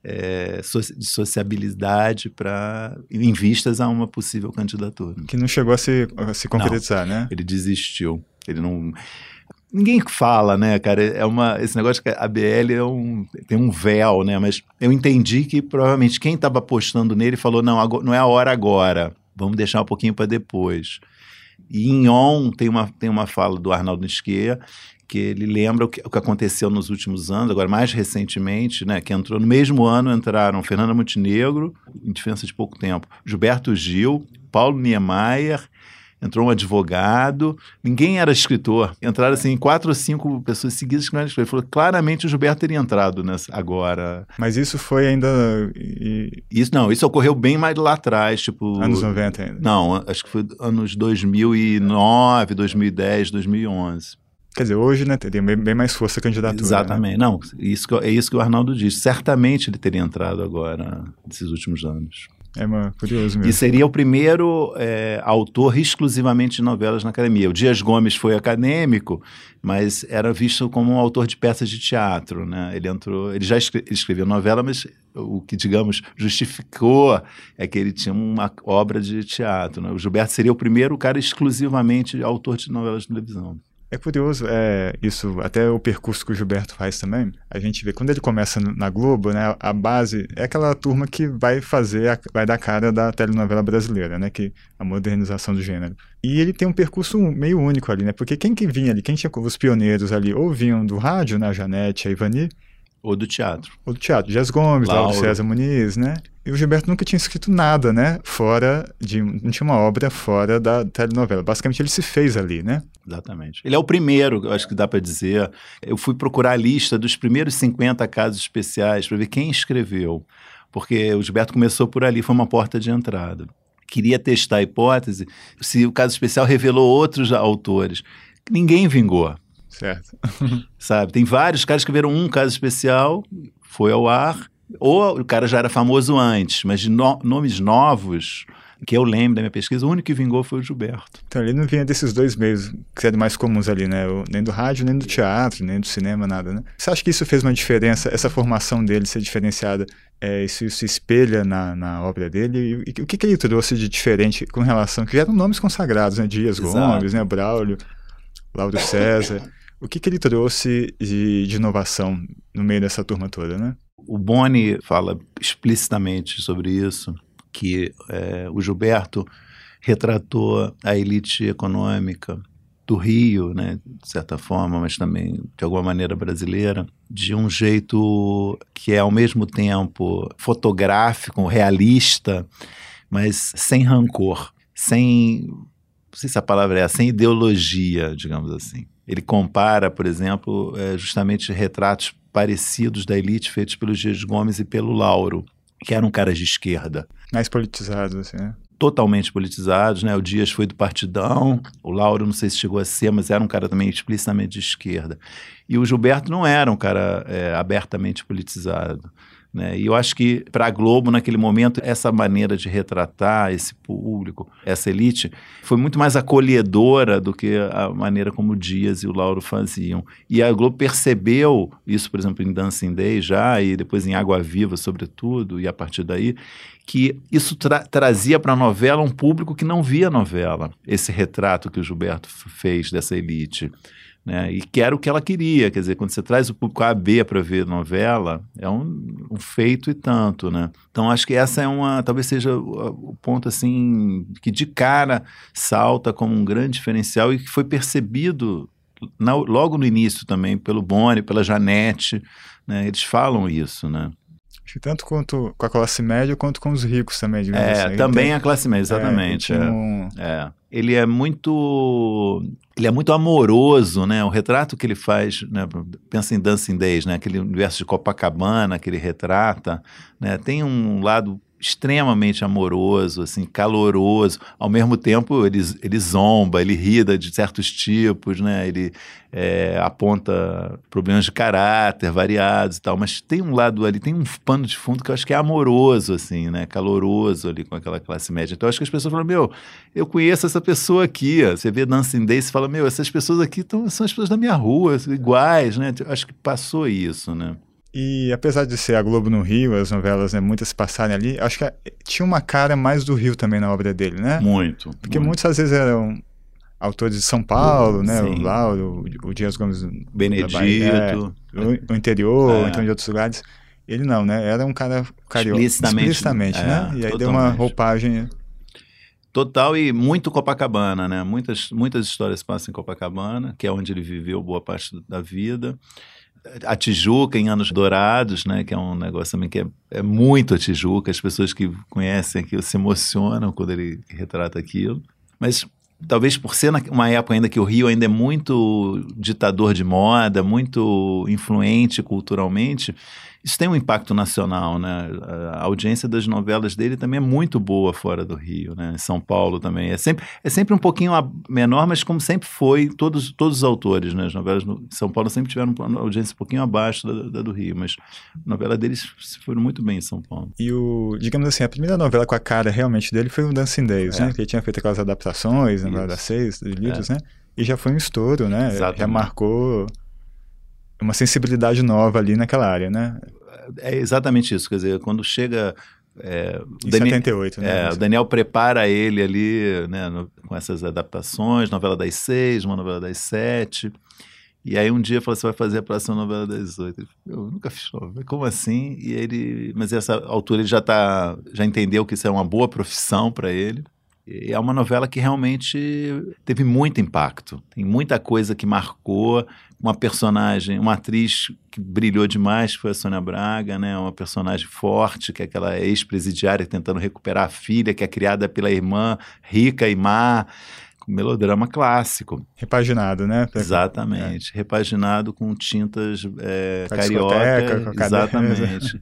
[SPEAKER 1] é, de sociabilidade para em vistas a uma possível candidatura.
[SPEAKER 2] Que não chegou a se, a se concretizar,
[SPEAKER 1] não,
[SPEAKER 2] né?
[SPEAKER 1] Ele desistiu. Ele não... Ninguém fala, né, cara? É uma, esse negócio que a B L é um, tem um véu, né? Mas eu entendi que provavelmente quem estava apostando nele falou, não, agora, não é a hora agora, vamos deixar um pouquinho para depois. E em On tem uma, tem uma fala do Arnaldo Nisquet, que ele lembra o que, o que aconteceu nos últimos anos, agora mais recentemente, né, que entrou no mesmo ano, entraram Fernanda Montenegro, em diferença de pouco tempo, Gilberto Gil, Paulo Niemeyer, entrou um advogado, ninguém era escritor, entraram assim quatro ou cinco pessoas seguidas que não eram escritores. Ele falou, claramente o Gilberto teria entrado nessa agora.
[SPEAKER 2] Mas isso foi ainda... E...
[SPEAKER 1] Isso não, isso ocorreu bem mais lá atrás, tipo...
[SPEAKER 2] Anos noventa ainda?
[SPEAKER 1] Não, acho que foi anos dois mil e nove, dois mil e dez, dois mil e onze.
[SPEAKER 2] Quer dizer, hoje, né, teria bem mais força a candidatura.
[SPEAKER 1] Exatamente.
[SPEAKER 2] Né?
[SPEAKER 1] Não, isso que, é isso que o Arnaldo disse. Certamente ele teria entrado agora, nesses últimos anos.
[SPEAKER 2] É uma, curioso mesmo.
[SPEAKER 1] E seria o primeiro é, autor exclusivamente de novelas na academia. O Dias Gomes foi acadêmico, mas era visto como um autor de peças de teatro, né? Ele entrou, ele já escre- ele escreveu novela, mas o que, digamos, justificou é que ele tinha uma obra de teatro, né? O Gilberto seria o primeiro cara exclusivamente autor de novelas de televisão.
[SPEAKER 2] É curioso, é, isso, até o percurso que o Gilberto faz também, a gente vê, quando ele começa na Globo, né, a base é aquela turma que vai fazer, a, vai dar cara da telenovela brasileira, né, que a modernização do gênero. E ele tem um percurso meio único ali, né, porque quem que vinha ali, quem tinha os pioneiros ali, ou vinham do rádio, né, a Janete, a Ivani,
[SPEAKER 1] ou do teatro.
[SPEAKER 2] Ou do teatro, Dias Gomes, Lauro César Muniz, né? E o Gilberto nunca tinha escrito nada, né? Fora de... Não tinha uma obra fora da telenovela. Basicamente ele se fez ali, né?
[SPEAKER 1] Exatamente. Ele é o primeiro, eu acho que dá para dizer. Eu fui procurar a lista dos primeiros cinquenta casos especiais para ver quem escreveu. Porque o Gilberto começou por ali, foi uma porta de entrada. Queria testar a hipótese se o caso especial revelou outros autores. Ninguém vingou.
[SPEAKER 2] Certo.
[SPEAKER 1] Sabe, tem vários caras que escreveram um caso especial, foi ao ar, ou o cara já era famoso antes, mas de no, nomes novos, que eu lembro da minha pesquisa, o único que vingou foi o Gilberto.
[SPEAKER 2] Então ele não vinha desses dois meios que são mais comuns ali, né? O, nem do rádio, nem do teatro, nem do cinema, nada, né? Você acha que isso fez uma diferença, essa formação dele ser diferenciada, é, isso se espelha na, na obra dele? E, e o que, que ele trouxe de diferente com relação, que já eram nomes consagrados, né? Dias Exato. Gomes, né? Braulio, Lauro César... O que, que ele trouxe de, de inovação no meio dessa turma toda, né?
[SPEAKER 1] O Boni fala explicitamente sobre isso, que é, o Gilberto retratou a elite econômica do Rio, né, de certa forma, mas também de alguma maneira brasileira, de um jeito que é ao mesmo tempo fotográfico, realista, mas sem rancor, sem, não sei se a palavra é, sem ideologia, digamos assim. Ele compara, por exemplo, é, justamente retratos parecidos da elite feitos pelo Dias Gomes e pelo Lauro, que eram caras de esquerda.
[SPEAKER 2] Mais politizados, assim, né?
[SPEAKER 1] Totalmente politizados, né? O Dias foi do Partidão, o Lauro não sei se chegou a ser, mas era um cara também explicitamente de esquerda. E o Gilberto não era um cara é, abertamente politizado. Né? E eu acho que para a Globo, naquele momento, essa maneira de retratar esse público, essa elite, foi muito mais acolhedora do que a maneira como o Dias e o Lauro faziam. E a Globo percebeu isso, por exemplo, em Dancing Day já, e depois em Água Viva, sobretudo, e a partir daí, que isso tra- trazia para a novela um público que não via novela, esse retrato que o Gilberto fez dessa elite. Né? E que era o que ela queria, quer dizer, quando você traz o público A B para ver novela, é um, um feito e tanto, né? Então acho que essa é uma, talvez seja o, o ponto assim, que de cara salta como um grande diferencial e que foi percebido na, logo no início também pelo Boni, pela Janete, né? Eles falam isso, né?
[SPEAKER 2] Tanto quanto com a classe média, quanto com os ricos também, digamos
[SPEAKER 1] é,
[SPEAKER 2] assim.
[SPEAKER 1] também
[SPEAKER 2] tem,
[SPEAKER 1] a classe média, exatamente.
[SPEAKER 2] É,
[SPEAKER 1] é,
[SPEAKER 2] um...
[SPEAKER 1] é. Ele é muito... Ele é muito amoroso, né? O retrato que ele faz, né? Pensa em Dancing Days, né? Aquele universo de Copacabana que ele retrata, né? Tem um lado extremamente amoroso, assim, caloroso. Ao mesmo tempo, ele, ele zomba, ele ri de certos tipos, né? Ele é, aponta problemas de caráter variados e tal. Mas tem um lado ali, tem um pano de fundo que eu acho que é amoroso, assim, né? Caloroso ali com aquela classe média. Então, eu acho que as pessoas falam, meu, eu conheço essa pessoa aqui. Ó. Você vê Dancing Days e fala, meu, essas pessoas aqui tão, são as pessoas da minha rua, iguais, né? Eu acho que passou isso, né?
[SPEAKER 2] E apesar de ser a Globo no Rio, as novelas, né, muitas se passarem ali, acho que tinha uma cara mais do Rio também na obra dele, né?
[SPEAKER 1] Muito.
[SPEAKER 2] Porque
[SPEAKER 1] muito.
[SPEAKER 2] muitas às vezes eram autores de São Paulo, né?
[SPEAKER 1] Sim.
[SPEAKER 2] O Lauro, o Dias Gomes
[SPEAKER 1] Benedito.
[SPEAKER 2] É, o, o interior,
[SPEAKER 1] É.
[SPEAKER 2] ou então de outros lugares. Ele não, né? Era um cara carioca.
[SPEAKER 1] Explicitamente.
[SPEAKER 2] Explicitamente,
[SPEAKER 1] é,
[SPEAKER 2] né? E aí
[SPEAKER 1] totalmente.
[SPEAKER 2] deu uma roupagem...
[SPEAKER 1] Total, e muito Copacabana, né? Muitas, muitas histórias passam em Copacabana, que é onde ele viveu boa parte da vida. A Tijuca em Anos Dourados, né? Que é um negócio também que é, é muito a Tijuca. As pessoas que conhecem aquilo se emocionam quando ele retrata aquilo. Mas talvez por ser uma época ainda que o Rio ainda é muito ditador de moda, muito influente culturalmente, isso tem um impacto nacional, né? A audiência das novelas dele também é muito boa fora do Rio, né? Em São Paulo também. É sempre, é sempre um pouquinho menor, mas como sempre foi, todos, todos os autores, né? As novelas no São Paulo sempre tiveram uma audiência um pouquinho abaixo da, da do Rio, mas a novela deles foram muito bem em São Paulo.
[SPEAKER 2] E o, digamos assim, a primeira novela com a cara realmente dele foi o Dancing Days, é. né? Que ele tinha feito aquelas adaptações, na novela das seis, de livros, é. né? E já foi um estouro, né? Exatamente. Já marcou uma sensibilidade nova ali naquela área, né?
[SPEAKER 1] É exatamente isso, quer dizer, quando chega... É,
[SPEAKER 2] em
[SPEAKER 1] Daniel,
[SPEAKER 2] setenta e oito, né?
[SPEAKER 1] É, o Daniel prepara ele ali, né, no, com essas adaptações, novela das seis, uma novela das sete, e aí um dia falou, você vai fazer a próxima novela das oito. Ele falou, eu nunca fiz novela, como assim? E ele, mas essa altura ele já, tá, já entendeu que isso é uma boa profissão para ele. E é uma novela que realmente teve muito impacto. Tem muita coisa que marcou. Uma personagem, uma atriz que brilhou demais, que foi a Sônia Braga, né? Uma personagem forte, que é aquela ex-presidiária tentando recuperar a filha, que é criada pela irmã rica e má. Melodrama clássico.
[SPEAKER 2] Repaginado, né?
[SPEAKER 1] Exatamente. É. Repaginado com tintas é,
[SPEAKER 2] com
[SPEAKER 1] carioca.
[SPEAKER 2] Com
[SPEAKER 1] exatamente.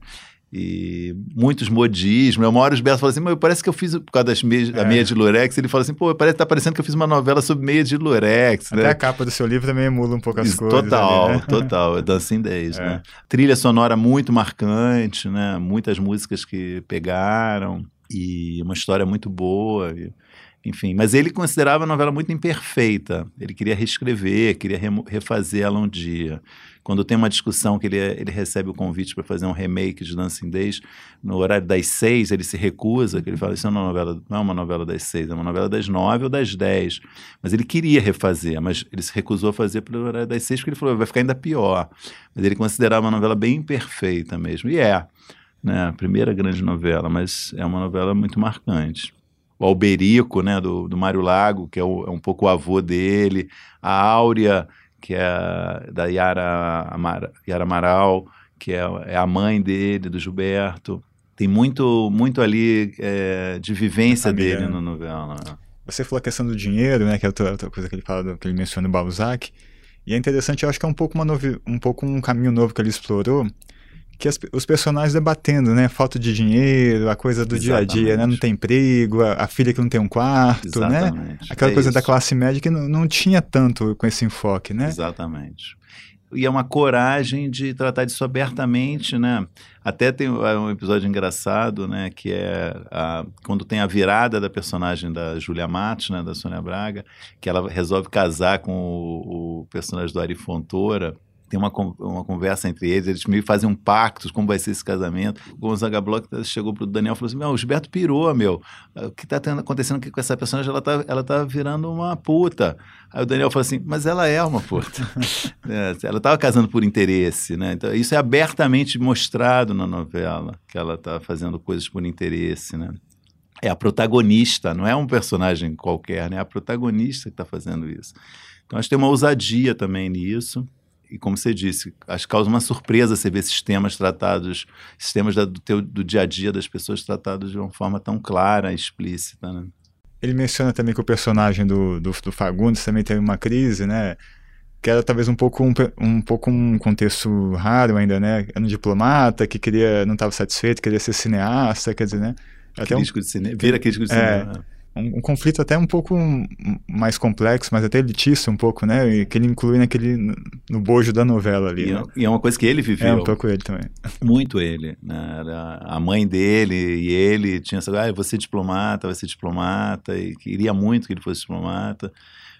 [SPEAKER 1] E muitos modismos. Uma hora os Beto falou assim, mas parece que eu fiz, por causa das meias, é. da meia de lurex, ele fala assim, pô, parece que tá parecendo que eu fiz uma novela sobre meia de lurex.
[SPEAKER 2] Até
[SPEAKER 1] né?
[SPEAKER 2] a capa do seu livro também emula um pouco as
[SPEAKER 1] Isso,
[SPEAKER 2] coisas.
[SPEAKER 1] Total,
[SPEAKER 2] ali, né?
[SPEAKER 1] total. Dancing Days,
[SPEAKER 2] é.
[SPEAKER 1] né? Trilha sonora muito marcante, né? Muitas músicas que pegaram e uma história muito boa. E, enfim, mas ele considerava a novela muito imperfeita. Ele queria reescrever, queria refazer ela um dia. Quando tem uma discussão que ele, ele recebe o convite para fazer um remake de Dancing Days, no horário das seis, ele se recusa, que ele fala, isso não é uma novela, não é uma novela das seis, é uma novela das nove ou das dez. Mas ele queria refazer, mas ele se recusou a fazer pelo horário das seis, porque ele falou, vai ficar ainda pior. Mas ele considerava uma novela bem imperfeita mesmo. E é, né, a primeira grande novela, mas é uma novela muito marcante. O Alberico, né, do, do Mário Lago, que é, o, é um pouco o avô dele, a Áurea, que é da Yara, Amar, Yara Amaral, que é, é a mãe dele, do Gilberto. Tem muito, muito ali é, de vivência
[SPEAKER 2] família,
[SPEAKER 1] dele
[SPEAKER 2] né?
[SPEAKER 1] na novela.
[SPEAKER 2] Você falou a questão do dinheiro, né, que é outra, outra coisa que ele fala, que ele menciona no Balzac, e é interessante, eu acho que é um pouco, uma novi, um, pouco um caminho novo que ele explorou, que as, os personagens debatendo, né, falta de dinheiro, a coisa do Exatamente. dia a dia, né, não tem emprego, a, a filha que não tem um quarto, Exatamente. né, aquela é coisa isso. da classe média que não, não tinha tanto com esse enfoque, né.
[SPEAKER 1] Exatamente. E é uma coragem de tratar disso abertamente, né, até tem um episódio engraçado, né, que é a, quando tem a virada da personagem da Júlia Matos, né, da Sônia Braga, que ela resolve casar com o, o personagem do Ari Fontoura. Tem uma, uma conversa entre eles, eles meio fazem um pacto, como vai ser esse casamento. O Gonzaga Bloch chegou pro Daniel e falou assim, meu, o Gilberto pirou, meu. O que tá tendo, acontecendo aqui com essa personagem? Ela tá, ela tá virando uma puta. Aí o Daniel falou assim, mas ela é uma puta. é, ela tava casando por interesse, né? Então, isso é abertamente mostrado na novela, que ela tá fazendo coisas por interesse, né? É a protagonista, não é um personagem qualquer, né? É a protagonista que tá fazendo isso. Então, acho que tem uma ousadia também nisso. E como você disse, acho que causa uma surpresa você ver esses temas tratados, esses temas da, do, teu, do dia a dia das pessoas tratados de uma forma tão clara e explícita, né?
[SPEAKER 2] Ele menciona também que o personagem do, do, do Fagundes também teve uma crise, né? Que era talvez um pouco um, um pouco um contexto raro ainda, né? Era um diplomata que queria, não estava satisfeito, queria ser cineasta, quer dizer, né? Até
[SPEAKER 1] crítico
[SPEAKER 2] um,
[SPEAKER 1] de cinema, vira crítico de
[SPEAKER 2] é,
[SPEAKER 1] cinema.
[SPEAKER 2] Um, um conflito até um pouco mais complexo, mas até elitista um pouco, né? E que ele inclui naquele, no, no bojo da novela ali.
[SPEAKER 1] E,
[SPEAKER 2] né?
[SPEAKER 1] e é uma coisa que ele viveu.
[SPEAKER 2] É, um pouco ele também.
[SPEAKER 1] Muito ele. Né? Era a mãe dele e ele tinha essa coisa, ah, eu vou ser diplomata, vai ser diplomata, e queria muito que ele fosse diplomata.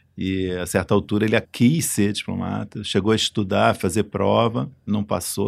[SPEAKER 1] E a certa altura ele quis ser diplomata, chegou a estudar, fazer prova, não passou.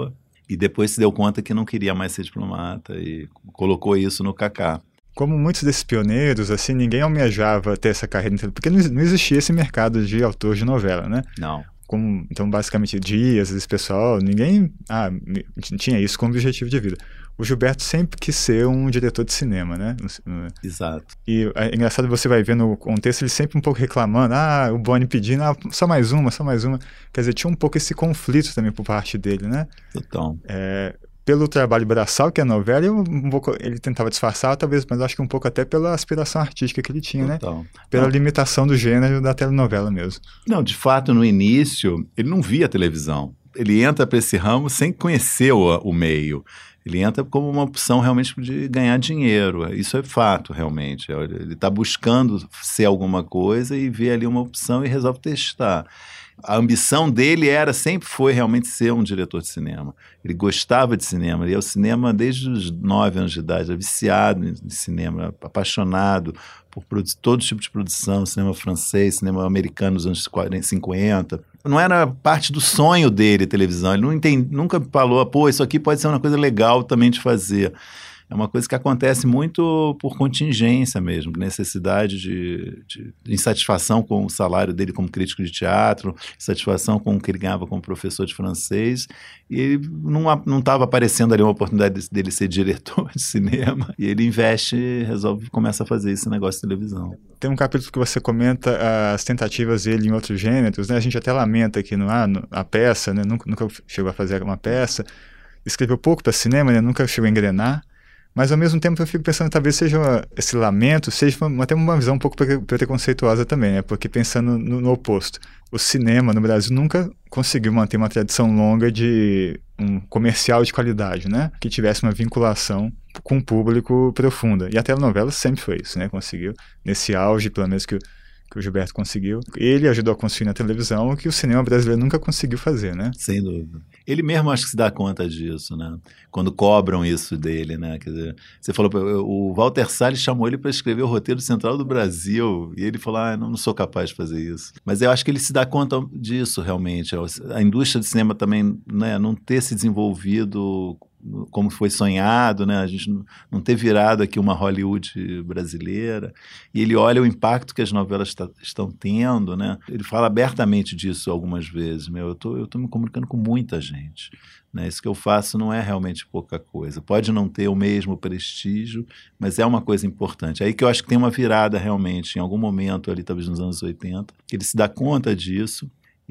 [SPEAKER 1] E depois se deu conta que não queria mais ser diplomata e colocou isso no Kaká.
[SPEAKER 2] Como muitos desses pioneiros, assim, ninguém almejava ter essa carreira, porque não, não existia esse mercado de autor de novela, né?
[SPEAKER 1] Não.
[SPEAKER 2] Como, então, basicamente, Dias, esse pessoal, ninguém ah, tinha isso como objetivo de vida. O Gilberto sempre quis ser um diretor de cinema, né?
[SPEAKER 1] Exato.
[SPEAKER 2] E é engraçado, você vai ver no contexto, ele sempre um pouco reclamando, ah, o Boni pedindo, ah, só mais uma, só mais uma. Quer dizer, tinha um pouco esse conflito também por parte dele, né?
[SPEAKER 1] Total.
[SPEAKER 2] É, pelo trabalho braçal, que é a novela, eu, um pouco, ele tentava disfarçar, talvez, mas acho que um pouco até pela aspiração artística que ele tinha, Total. né? Pela não. limitação do gênero da telenovela mesmo.
[SPEAKER 1] Não, de fato, no início, ele não via televisão. Ele entra para esse ramo sem conhecer o, o meio. Ele entra como uma opção realmente de ganhar dinheiro. Isso é fato, realmente. Ele está buscando ser alguma coisa e vê ali uma opção e resolve testar. A ambição dele era, sempre foi realmente ser um diretor de cinema. Ele gostava de cinema, ele ia ao cinema desde os nove anos de idade, era viciado em cinema, apaixonado por todo tipo de produção, cinema francês, cinema americano nos anos cinquenta. Não era parte do sonho dele, televisão. Ele não entende, nunca falou, pô, isso aqui pode ser uma coisa legal também de fazer. É uma coisa que acontece muito por contingência mesmo, necessidade de, de, de insatisfação com o salário dele como crítico de teatro, insatisfação com o que ele ganhava como professor de francês, e ele não estava aparecendo ali uma oportunidade dele ser diretor de cinema, e ele investe e resolve, começa a fazer esse negócio de televisão.
[SPEAKER 2] Tem um capítulo que você comenta as tentativas dele em outros gêneros, né? A gente até lamenta aqui no, ah, no, a peça, né? nunca, nunca chegou a fazer uma peça, escreveu pouco para cinema, né? Nunca chegou a engrenar. Mas, ao mesmo tempo, eu fico pensando, talvez seja uma, esse lamento, seja uma, até uma visão um pouco preconceituosa também, né? Porque pensando no, no oposto, o cinema no Brasil nunca conseguiu manter uma tradição longa de um comercial de qualidade, né? Que tivesse uma vinculação com o público profunda. E a telenovela sempre foi isso, né? Conseguiu, nesse auge, pelo menos que, que o Gilberto conseguiu. Ele ajudou a construir na televisão o que o cinema brasileiro nunca conseguiu fazer, né?
[SPEAKER 1] Sem dúvida. Ele mesmo acho que se dá conta disso, né? Quando cobram isso dele, né? Quer dizer, você falou, o Walter Salles chamou ele para escrever o roteiro central do Brasil e ele falou, ah, não sou capaz de fazer isso. Mas eu acho que ele se dá conta disso realmente. A indústria de cinema também, né, não ter se desenvolvido como foi sonhado, né? A gente não ter virado aqui uma Hollywood brasileira, e ele olha o impacto que as novelas tá, estão tendo, né? Ele fala abertamente disso algumas vezes, meu, eu tô, eu tô me comunicando com muita gente, né? Isso que eu faço não é realmente pouca coisa, pode não ter o mesmo prestígio, mas é uma coisa importante. Aí que eu acho que tem uma virada realmente, em algum momento ali, talvez nos anos oitenta, que ele se dá conta disso,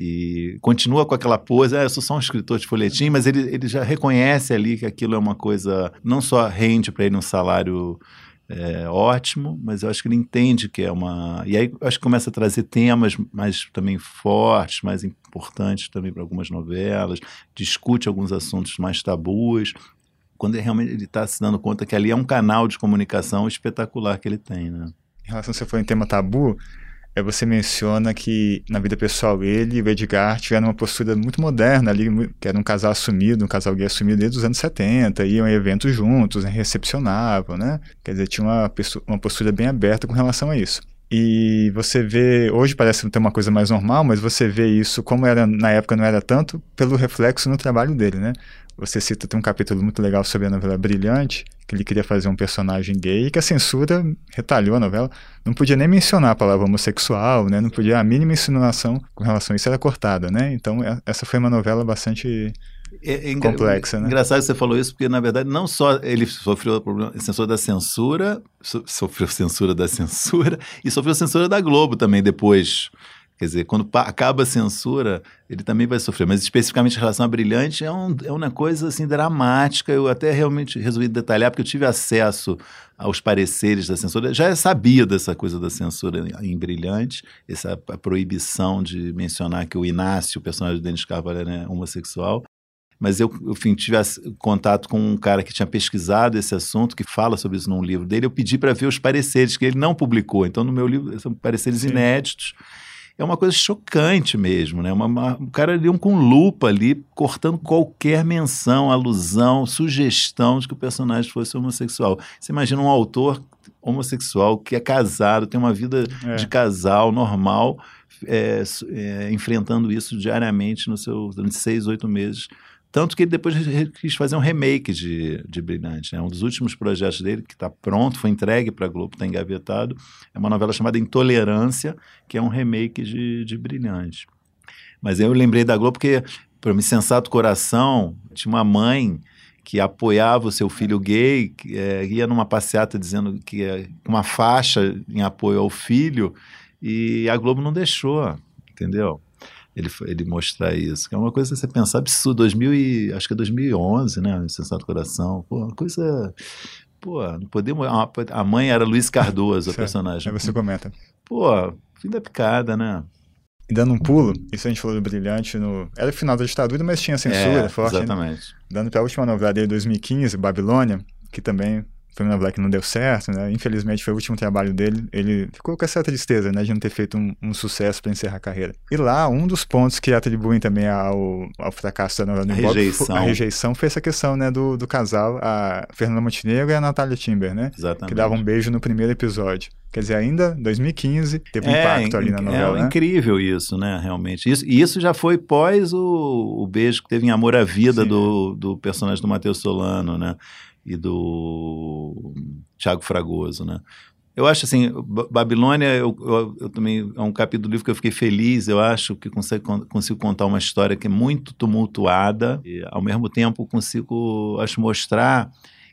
[SPEAKER 1] e continua com aquela pose, ah, eu sou só um escritor de folhetim, mas ele, ele já reconhece ali que aquilo é uma coisa, não só rende para ele um salário é, ótimo, mas eu acho que ele entende que é uma... E aí eu acho que começa a trazer temas mais também fortes, mais importantes também para algumas novelas, discute alguns assuntos mais tabus, quando ele realmente está se dando conta que ali é um canal de comunicação espetacular que ele tem, né?
[SPEAKER 2] Em relação a você foi em tema tabu, é, você menciona que na vida pessoal ele e o Edgar tiveram uma postura muito moderna ali, que era um casal assumido, um casal gay assumido desde os anos setenta, iam a eventos juntos, né, recepcionavam, né? Quer dizer, tinha uma, uma postura bem aberta com relação a isso. E você vê, hoje parece ter uma coisa mais normal, mas você vê isso, como era na época não era tanto, pelo reflexo no trabalho dele, né? Você cita, tem um capítulo muito legal sobre a novela Brilhante, que ele queria fazer um personagem gay, e que a censura retalhou a novela, não podia nem mencionar a palavra homossexual, né? Não podia, a mínima insinuação com relação a isso era cortada, né? Então essa foi uma novela bastante é, é complexa, né?
[SPEAKER 1] Engraçado que você falou isso, porque na verdade não só ele sofreu a censura da censura, so, sofreu censura da censura, e sofreu censura da Globo também depois. Quer dizer, quando acaba a censura, ele também vai sofrer. Mas especificamente em relação a Brilhante, é, um, é uma coisa assim dramática. Eu até realmente resolvi detalhar, porque eu tive acesso aos pareceres da censura. Já sabia dessa coisa da censura em Brilhante, essa a proibição de mencionar que o Inácio, o personagem do Denis Carvalho, é homossexual. Mas eu, enfim, tive contato com um cara que tinha pesquisado esse assunto, que fala sobre isso num livro dele. Eu pedi para ver os pareceres, que ele não publicou. Então, no meu livro, são pareceres Sim. inéditos. É uma coisa chocante mesmo, né? Uma, uma, um cara ali um, com lupa ali, cortando qualquer menção, alusão, sugestão de que o personagem fosse homossexual. Você imagina um autor homossexual que é casado, tem uma vida é. de casal normal, é, é, enfrentando isso diariamente no seu, durante seis, oito meses Tanto que ele depois quis fazer um remake de, de Brilhante, né? Um dos últimos projetos dele, que está pronto, foi entregue para a Globo, está engavetado, é uma novela chamada Intolerância, que é um remake de, de Brilhante. Mas eu lembrei da Globo porque, para me sensato coração, tinha uma mãe que apoiava o seu filho gay, que é, ia numa passeata dizendo que é uma faixa em apoio ao filho, e a Globo não deixou, entendeu? Ele, ele mostrar isso, que é uma coisa que você pensar absurda, dois mil e, acho que é dois mil e onze, né, Sensato Coração, pô, uma coisa, pô, não podemos, a, a mãe era Luiz Cardoso, a personagem.
[SPEAKER 2] Aí você comenta.
[SPEAKER 1] Pô, fim da picada, né?
[SPEAKER 2] E dando um pulo, isso a gente falou do Brilhante, no... era o final da ditadura, mas tinha censura
[SPEAKER 1] é,
[SPEAKER 2] forte.
[SPEAKER 1] Exatamente.
[SPEAKER 2] Né? Dando para a última novela dele, dois mil e quinze, Babilônia, que também foi uma novela que não deu certo, né? Infelizmente foi o último trabalho dele, ele ficou com essa tristeza, né, de não ter feito um, um sucesso para encerrar a carreira. E lá, um dos pontos que atribuem também ao, ao fracasso da novela do Ibope,
[SPEAKER 1] rejeição.
[SPEAKER 2] a rejeição foi essa questão, né, do, do casal, a Fernanda Montenegro e a Natália Timber, né?
[SPEAKER 1] Exatamente. Que
[SPEAKER 2] davam um beijo no primeiro episódio. Quer dizer, ainda dois mil e quinze teve um
[SPEAKER 1] é,
[SPEAKER 2] impacto ali na novela,
[SPEAKER 1] é
[SPEAKER 2] né?
[SPEAKER 1] Incrível isso, né, realmente. Isso, e isso já foi pós o, o beijo que teve em Amor à Vida do, do personagem do Matheus Solano, né? E do Thiago Fragoso, né? Eu acho assim, Babilônia, eu, eu, eu também, é um capítulo do livro que eu fiquei feliz, eu acho que consigo, consigo contar uma história que é muito tumultuada e, ao mesmo tempo, consigo, acho, mostrar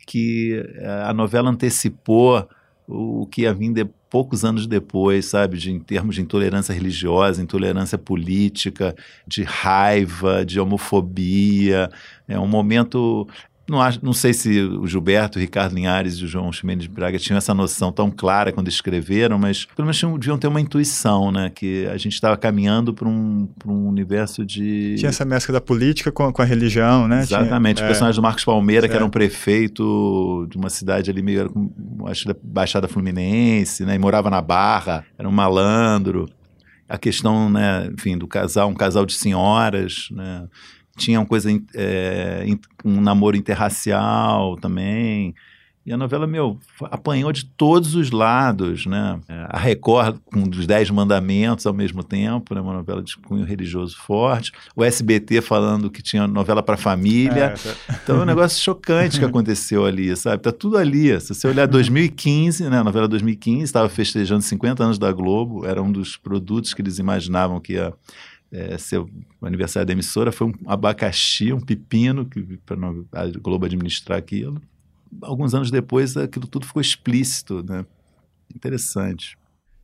[SPEAKER 1] que a novela antecipou o que ia vir de, poucos anos depois, sabe, de, em termos de intolerância religiosa, intolerância política, de raiva, de homofobia. É um momento... Não, acho, não sei se o Gilberto, o Ricardo Linhares e o João Ximenes de Braga tinham essa noção tão clara quando escreveram, mas pelo menos tinham, deviam ter uma intuição, né? Que a gente estava caminhando para um, para um universo de...
[SPEAKER 2] Tinha essa mescla da política com, com a religião, né?
[SPEAKER 1] Exatamente.
[SPEAKER 2] Tinha,
[SPEAKER 1] o personagem é, do Marcos Palmeira, certo. Que era um prefeito de uma cidade ali meio, acho, da Baixada Fluminense, né? E morava na Barra, era um malandro. A questão, né, enfim, do casal, um casal de senhoras, né? Tinha uma coisa, é, um namoro interracial também. E a novela, meu, apanhou de todos os lados, né? A Record, com os Dez Mandamentos ao mesmo tempo, né? Uma novela de cunho religioso forte. O S B T falando que tinha novela para família. É, então, é um negócio chocante que aconteceu ali, sabe? Tá tudo ali. Se você olhar dois mil e quinze, né? A novela dois mil e quinze, estava festejando cinquenta anos da Globo. Era um dos produtos que eles imaginavam que ia... É, seu o aniversário da emissora foi um abacaxi, um pepino para a Globo administrar aquilo. Alguns anos depois aquilo tudo ficou explícito, né? Interessante.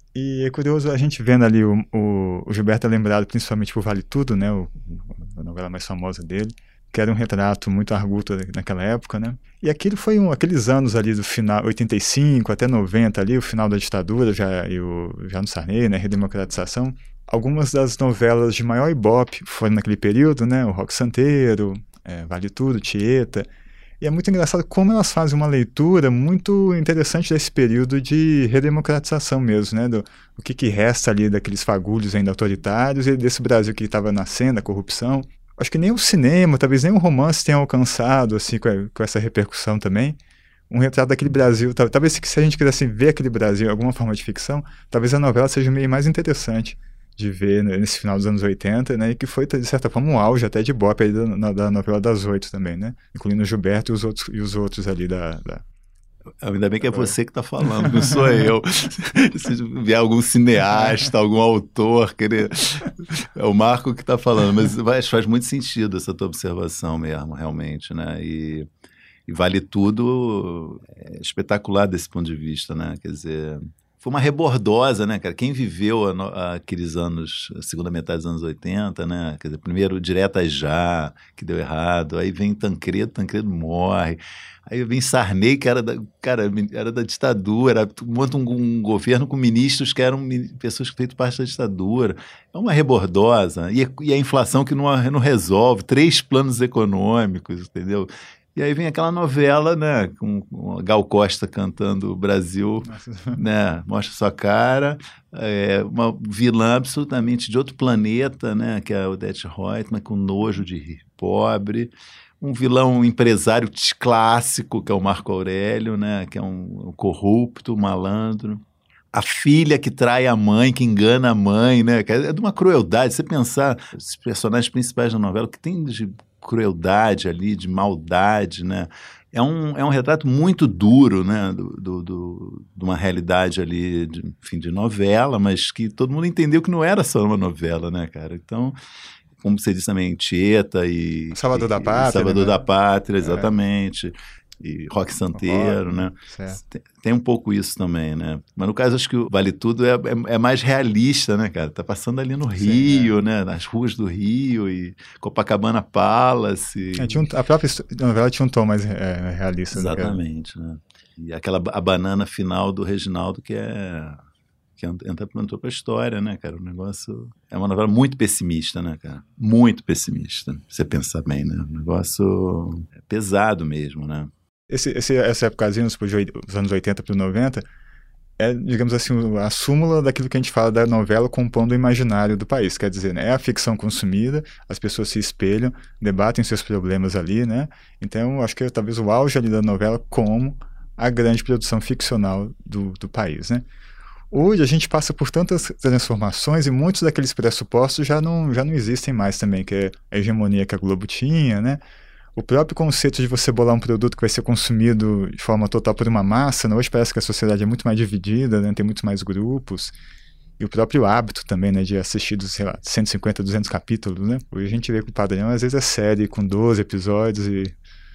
[SPEAKER 2] E é curioso a gente vendo ali o, o, o Gilberto é lembrado principalmente por Vale Tudo, né? O, a novela mais famosa dele, que era um retrato muito arguto naquela época, né? E aquilo foi um, aqueles anos ali do final, oitenta e cinco até noventa ali, o final da ditadura, já, e o, já no Sarney, né? Redemocratização. Algumas das novelas de maior ibope foram naquele período, né? O Roque Santeiro, é, Vale Tudo, Tieta. E é muito engraçado como elas fazem uma leitura muito interessante desse período de redemocratização mesmo, né? Do, o que, que resta ali daqueles fagulhos ainda autoritários e desse Brasil que estava nascendo, a corrupção. Acho que nem o cinema, talvez nem o romance tenha alcançado assim, com, a, com essa repercussão também. Um retrato daquele Brasil, talvez se a gente quisesse ver aquele Brasil em alguma forma de ficção, talvez a novela seja meio mais interessante de ver nesse final dos anos oitenta, né, e que foi, de certa forma, um auge até de ibope aí da, da novela das oito também, né, incluindo o Gilberto e os outros, e os outros ali da... da...
[SPEAKER 1] Ainda bem que é você que está falando, não sou eu. Se vier algum cineasta, algum autor, querer... é o Marco que está falando, mas faz, faz muito sentido essa tua observação mesmo, realmente, né, e, e Vale Tudo é espetacular desse ponto de vista, né, quer dizer... Foi uma rebordosa, né, cara? Quem viveu a, a, aqueles anos, a segunda metade dos anos oitenta, né? Quer dizer, primeiro Direta Já, que deu errado, aí vem Tancredo, Tancredo morre, aí vem Sarney, que era da, cara, era da ditadura, monta um, um governo com ministros que eram pessoas que feitam parte da ditadura. É uma rebordosa. E, e a inflação que não, não resolve, três planos econômicos, entendeu? E aí vem aquela novela, né, com, com a Gal Costa cantando o Brasil, né, mostra sua cara, é, uma vilã absolutamente de outro planeta, né, que é a Odete Roitman, com nojo de rir pobre, um vilão um empresário clássico, que é o Marco Aurélio, né, que é um, um corrupto, um malandro. A filha que trai a mãe, que engana a mãe, né? É de uma crueldade. Você pensar, os personagens principais da novela, que tem de crueldade ali, de maldade, né? É um, é um retrato muito duro, né, do, do, do, de uma realidade ali, de, enfim, de novela, mas que todo mundo entendeu que não era só uma novela, né, cara? Então, como você disse também, Tieta e...
[SPEAKER 2] Salvador
[SPEAKER 1] e,
[SPEAKER 2] da Pátria.
[SPEAKER 1] Salvador
[SPEAKER 2] né?
[SPEAKER 1] da Pátria, exatamente. É. E Roque Santeiro, né? Tem, tem um pouco isso também, né? Mas no caso, acho que o Vale Tudo é, é, é mais realista, né, cara? Tá passando ali no Rio, Sim, é. né? Nas ruas do Rio e Copacabana Palace.
[SPEAKER 2] É, tinha um, a própria novela tinha um tom mais é, realista.
[SPEAKER 1] Exatamente, né? E aquela a banana final do Reginaldo que é... que entra, entrou pra história, né, cara? O negócio... É uma novela muito pessimista, né, cara? Muito pessimista, você pensar bem, né? O negócio é pesado mesmo, né?
[SPEAKER 2] Esse, esse, essa épocazinha, dos anos oitenta para os noventa, é, digamos assim, a súmula daquilo que a gente fala da novela compondo o imaginário do país. Quer dizer, né, é a ficção consumida, as pessoas se espelham, debatem seus problemas ali, né? Então, acho que é talvez o auge ali da novela como a grande produção ficcional do, do país, né? Hoje a gente passa por tantas transformações e muitos daqueles pressupostos já não, já não existem mais também, que é a hegemonia que a Globo tinha, né? O próprio conceito de você bolar um produto que vai ser consumido de forma total por uma massa, né? Hoje parece que a sociedade é muito mais dividida, né? Tem muitos mais grupos. E o próprio hábito também, né? De assistir, sei lá, cento e cinquenta, duzentos capítulos, né? Hoje a gente vê que o padrão às vezes é série com doze episódios e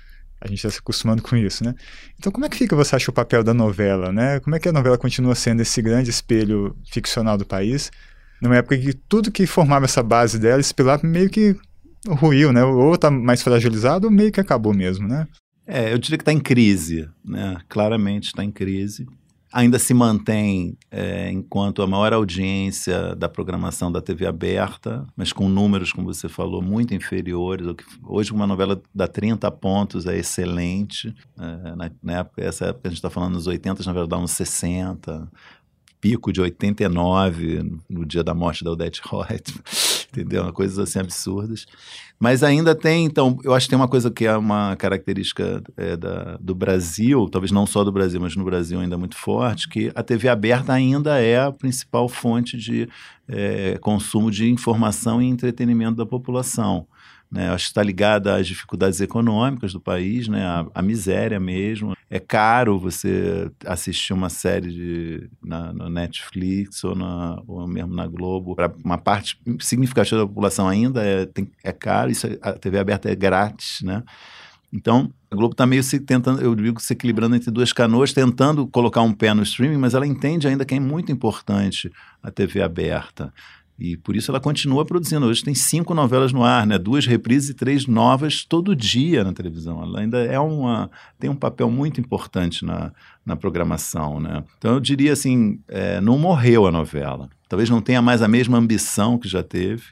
[SPEAKER 2] a gente está se acostumando com isso, né? Então como é que fica, você acha, o papel da novela, né? Como é que a novela continua sendo esse grande espelho ficcional do país, numa época que tudo que formava essa base dela, esse pilar meio que ruiu, né? Ou está mais fragilizado ou meio que acabou mesmo, né?
[SPEAKER 1] É, eu diria que está em crise, né? Claramente está em crise. Ainda se mantém é, enquanto a maior audiência da programação da T V aberta, mas com números, como você falou, muito inferiores. Hoje uma novela dá trinta pontos, é excelente. É, na, na época, essa época a gente está falando nos oitenta, na verdade dá uns sessenta. Pico de oitenta e nove no dia da morte da Odete Roitman, entendeu? Coisas assim absurdas. Mas ainda tem, então, eu acho que tem uma coisa que é uma característica é, da, do Brasil, talvez não só do Brasil, mas no Brasil ainda muito forte, que a T V aberta ainda é a principal fonte de é, consumo de informação e entretenimento da população. Né, acho que está ligada às dificuldades econômicas do país, né, a, a miséria mesmo. É caro você assistir uma série de, na, no Netflix ou, na, ou mesmo na Globo. Para uma parte significativa da população ainda é, tem, é caro, isso, a T V aberta é grátis, né? Então, a Globo está meio se tentando, eu digo, se equilibrando entre duas canoas, tentando colocar um pé no streaming, mas ela entende ainda que é muito importante a T V aberta. E por isso ela continua produzindo. Hoje tem cinco novelas no ar, né? Duas reprises e três novas todo dia na televisão. Ela ainda é uma, tem um papel muito importante na, na programação, né? Então eu diria assim, é, não morreu a novela. Talvez não tenha mais a mesma ambição que já teve,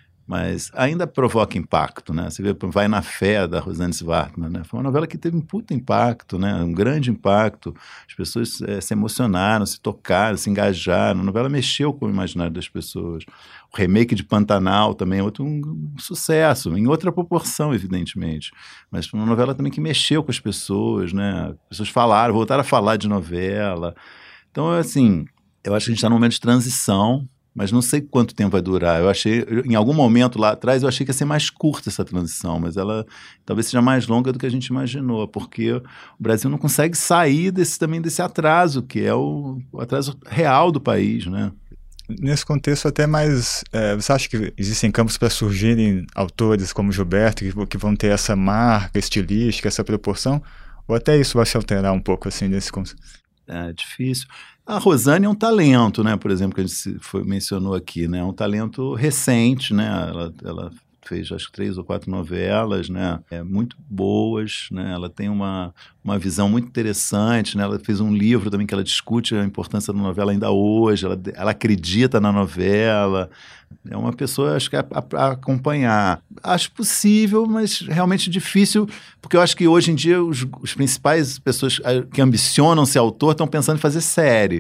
[SPEAKER 1] mas ainda provoca impacto, né? Você vê, Vai na Fé, da Rosane Svartman, né? Foi uma novela que teve um puta impacto, né? Um grande impacto. As pessoas é, se emocionaram, se tocaram, se engajaram. A novela mexeu com o imaginário das pessoas. O remake de Pantanal também é outro um sucesso, em outra proporção, evidentemente. Mas foi uma novela também que mexeu com as pessoas, né? As pessoas falaram, voltaram a falar de novela. Então, assim, eu acho que a gente está num momento de transição, mas não sei quanto tempo vai durar. Eu achei, em algum momento lá atrás, eu achei que ia ser mais curta essa transição, mas ela talvez seja mais longa do que a gente imaginou, porque o Brasil não consegue sair desse, também desse atraso, que é o, o atraso real do país, né?
[SPEAKER 2] Nesse contexto até mais, é, você acha que existem campos para surgirem autores como Gilberto, que, que vão ter essa marca estilística, essa proporção, ou até isso vai se alterar um pouco assim nesse contexto?
[SPEAKER 1] É difícil. A Rosane é um talento, né? Por exemplo, que a gente foi, mencionou aqui, né? É um talento recente, né? Ela, ela fez, acho que, três ou quatro novelas, né? É, muito boas, né? Ela tem uma, uma visão muito interessante, né? Ela fez um livro também que ela discute a importância da novela ainda hoje, ela, ela acredita na novela. É uma pessoa, acho que, a, a, a acompanhar. Acho possível, mas realmente difícil, porque eu acho que hoje em dia os, os principais pessoas que ambicionam ser autor estão pensando em fazer série.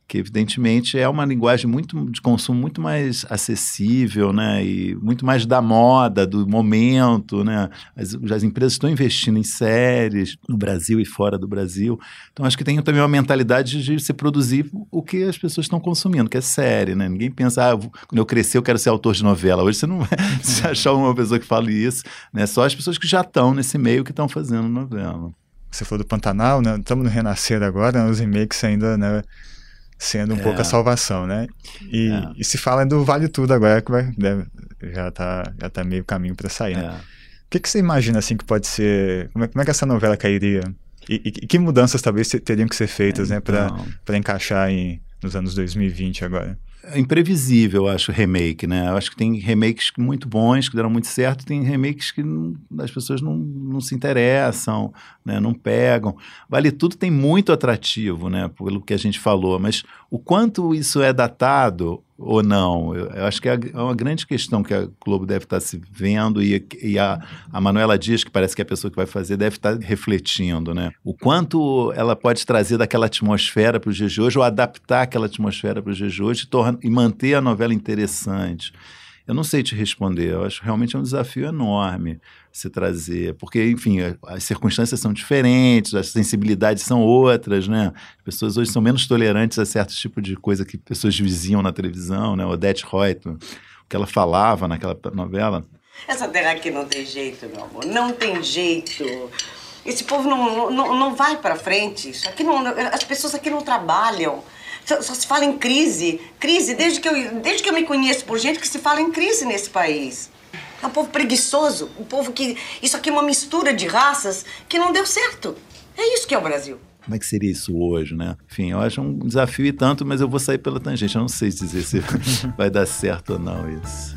[SPEAKER 1] que evidentemente é uma linguagem muito, de consumo muito mais acessível, né, e muito mais da moda, do momento, né, as, as empresas estão investindo em séries no Brasil e fora do Brasil, então acho que tem também uma mentalidade de se produzir o que as pessoas estão consumindo, que é série, né, ninguém pensa, ah, quando eu crescer eu quero ser autor de novela, hoje você não vai se achar uma pessoa que fale isso, né, só as pessoas que já estão nesse meio que estão fazendo novela.
[SPEAKER 2] Você falou do Pantanal, né, estamos no Renascer agora, né, os remakes ainda, né, sendo um é. pouco a salvação, né? E, é. e se fala do Vale Tudo agora, que vai, deve, já está já tá meio caminho para sair, né? É. O que, que você imagina, assim, que pode ser... Como é, como é que essa novela cairia? E, e, e que mudanças talvez teriam que ser feitas, é, então... né? Para encaixar em, nos anos dois mil e vinte agora?
[SPEAKER 1] É imprevisível, eu acho, remake, né? Eu acho que tem remakes muito bons, que deram muito certo, tem remakes que não, as pessoas não, não se interessam, né? Não pegam. Vale Tudo tem muito atrativo, né? Pelo que a gente falou, mas o quanto isso é datado ou não, eu, eu acho que é uma grande questão que a Globo deve estar se vendo e, e a, a Manuela Dias, que parece que é a pessoa que vai fazer, deve estar refletindo, né? O quanto ela pode trazer daquela atmosfera para os dias de hoje ou adaptar aquela atmosfera para os dias de hoje e, torna, e manter a novela interessante. Eu não sei te responder, eu acho que realmente é um desafio enorme se trazer, porque, enfim, as circunstâncias são diferentes, as sensibilidades são outras, né? As pessoas hoje são menos tolerantes a certos tipos de coisa que pessoas diziam na televisão, né? Odete Reutemann, o que ela falava naquela novela.
[SPEAKER 6] Essa terra aqui não tem jeito, meu amor, não tem jeito. Esse povo não, não, não vai pra frente, isso aqui não, as pessoas aqui não trabalham. Só, só se fala em crise, crise, desde que, eu, desde que eu me conheço por gente que se fala em crise nesse país. É um povo preguiçoso, um povo que... Isso aqui é uma mistura de raças que não deu certo. É isso que é o Brasil.
[SPEAKER 1] Como é que seria isso hoje, né? Enfim, eu acho um desafio e tanto, mas eu vou sair pela tangente. Eu não sei dizer se vai dar certo ou não isso.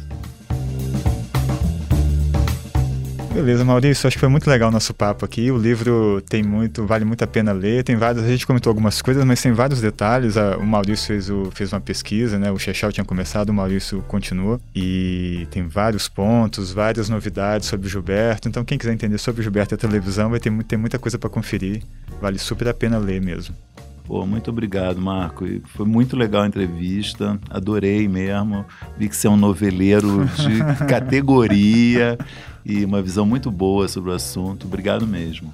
[SPEAKER 2] Beleza, Maurício, acho que foi muito legal o nosso papo aqui. O livro tem muito, vale muito a pena ler. Tem vários, a gente comentou algumas coisas, mas tem vários detalhes. O Maurício fez, o, fez uma pesquisa, né? O Chechel tinha começado, o Maurício continua. E tem vários pontos, várias novidades sobre o Gilberto. Então, quem quiser entender sobre o Gilberto e a televisão, vai ter, ter muita coisa para conferir. Vale super a pena ler mesmo.
[SPEAKER 1] Pô, muito obrigado, Marco. Foi muito legal a entrevista, adorei mesmo. Vi que você é um noveleiro de categoria e uma visão muito boa sobre o assunto. Obrigado mesmo.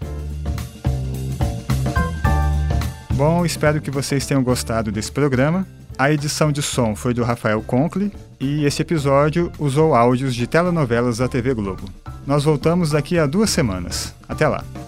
[SPEAKER 2] Bom, espero que vocês tenham gostado desse programa. A edição de som foi do Rafael Conkle e esse episódio usou áudios de telenovelas da T V Globo. Nós voltamos daqui a duas semanas. Até lá!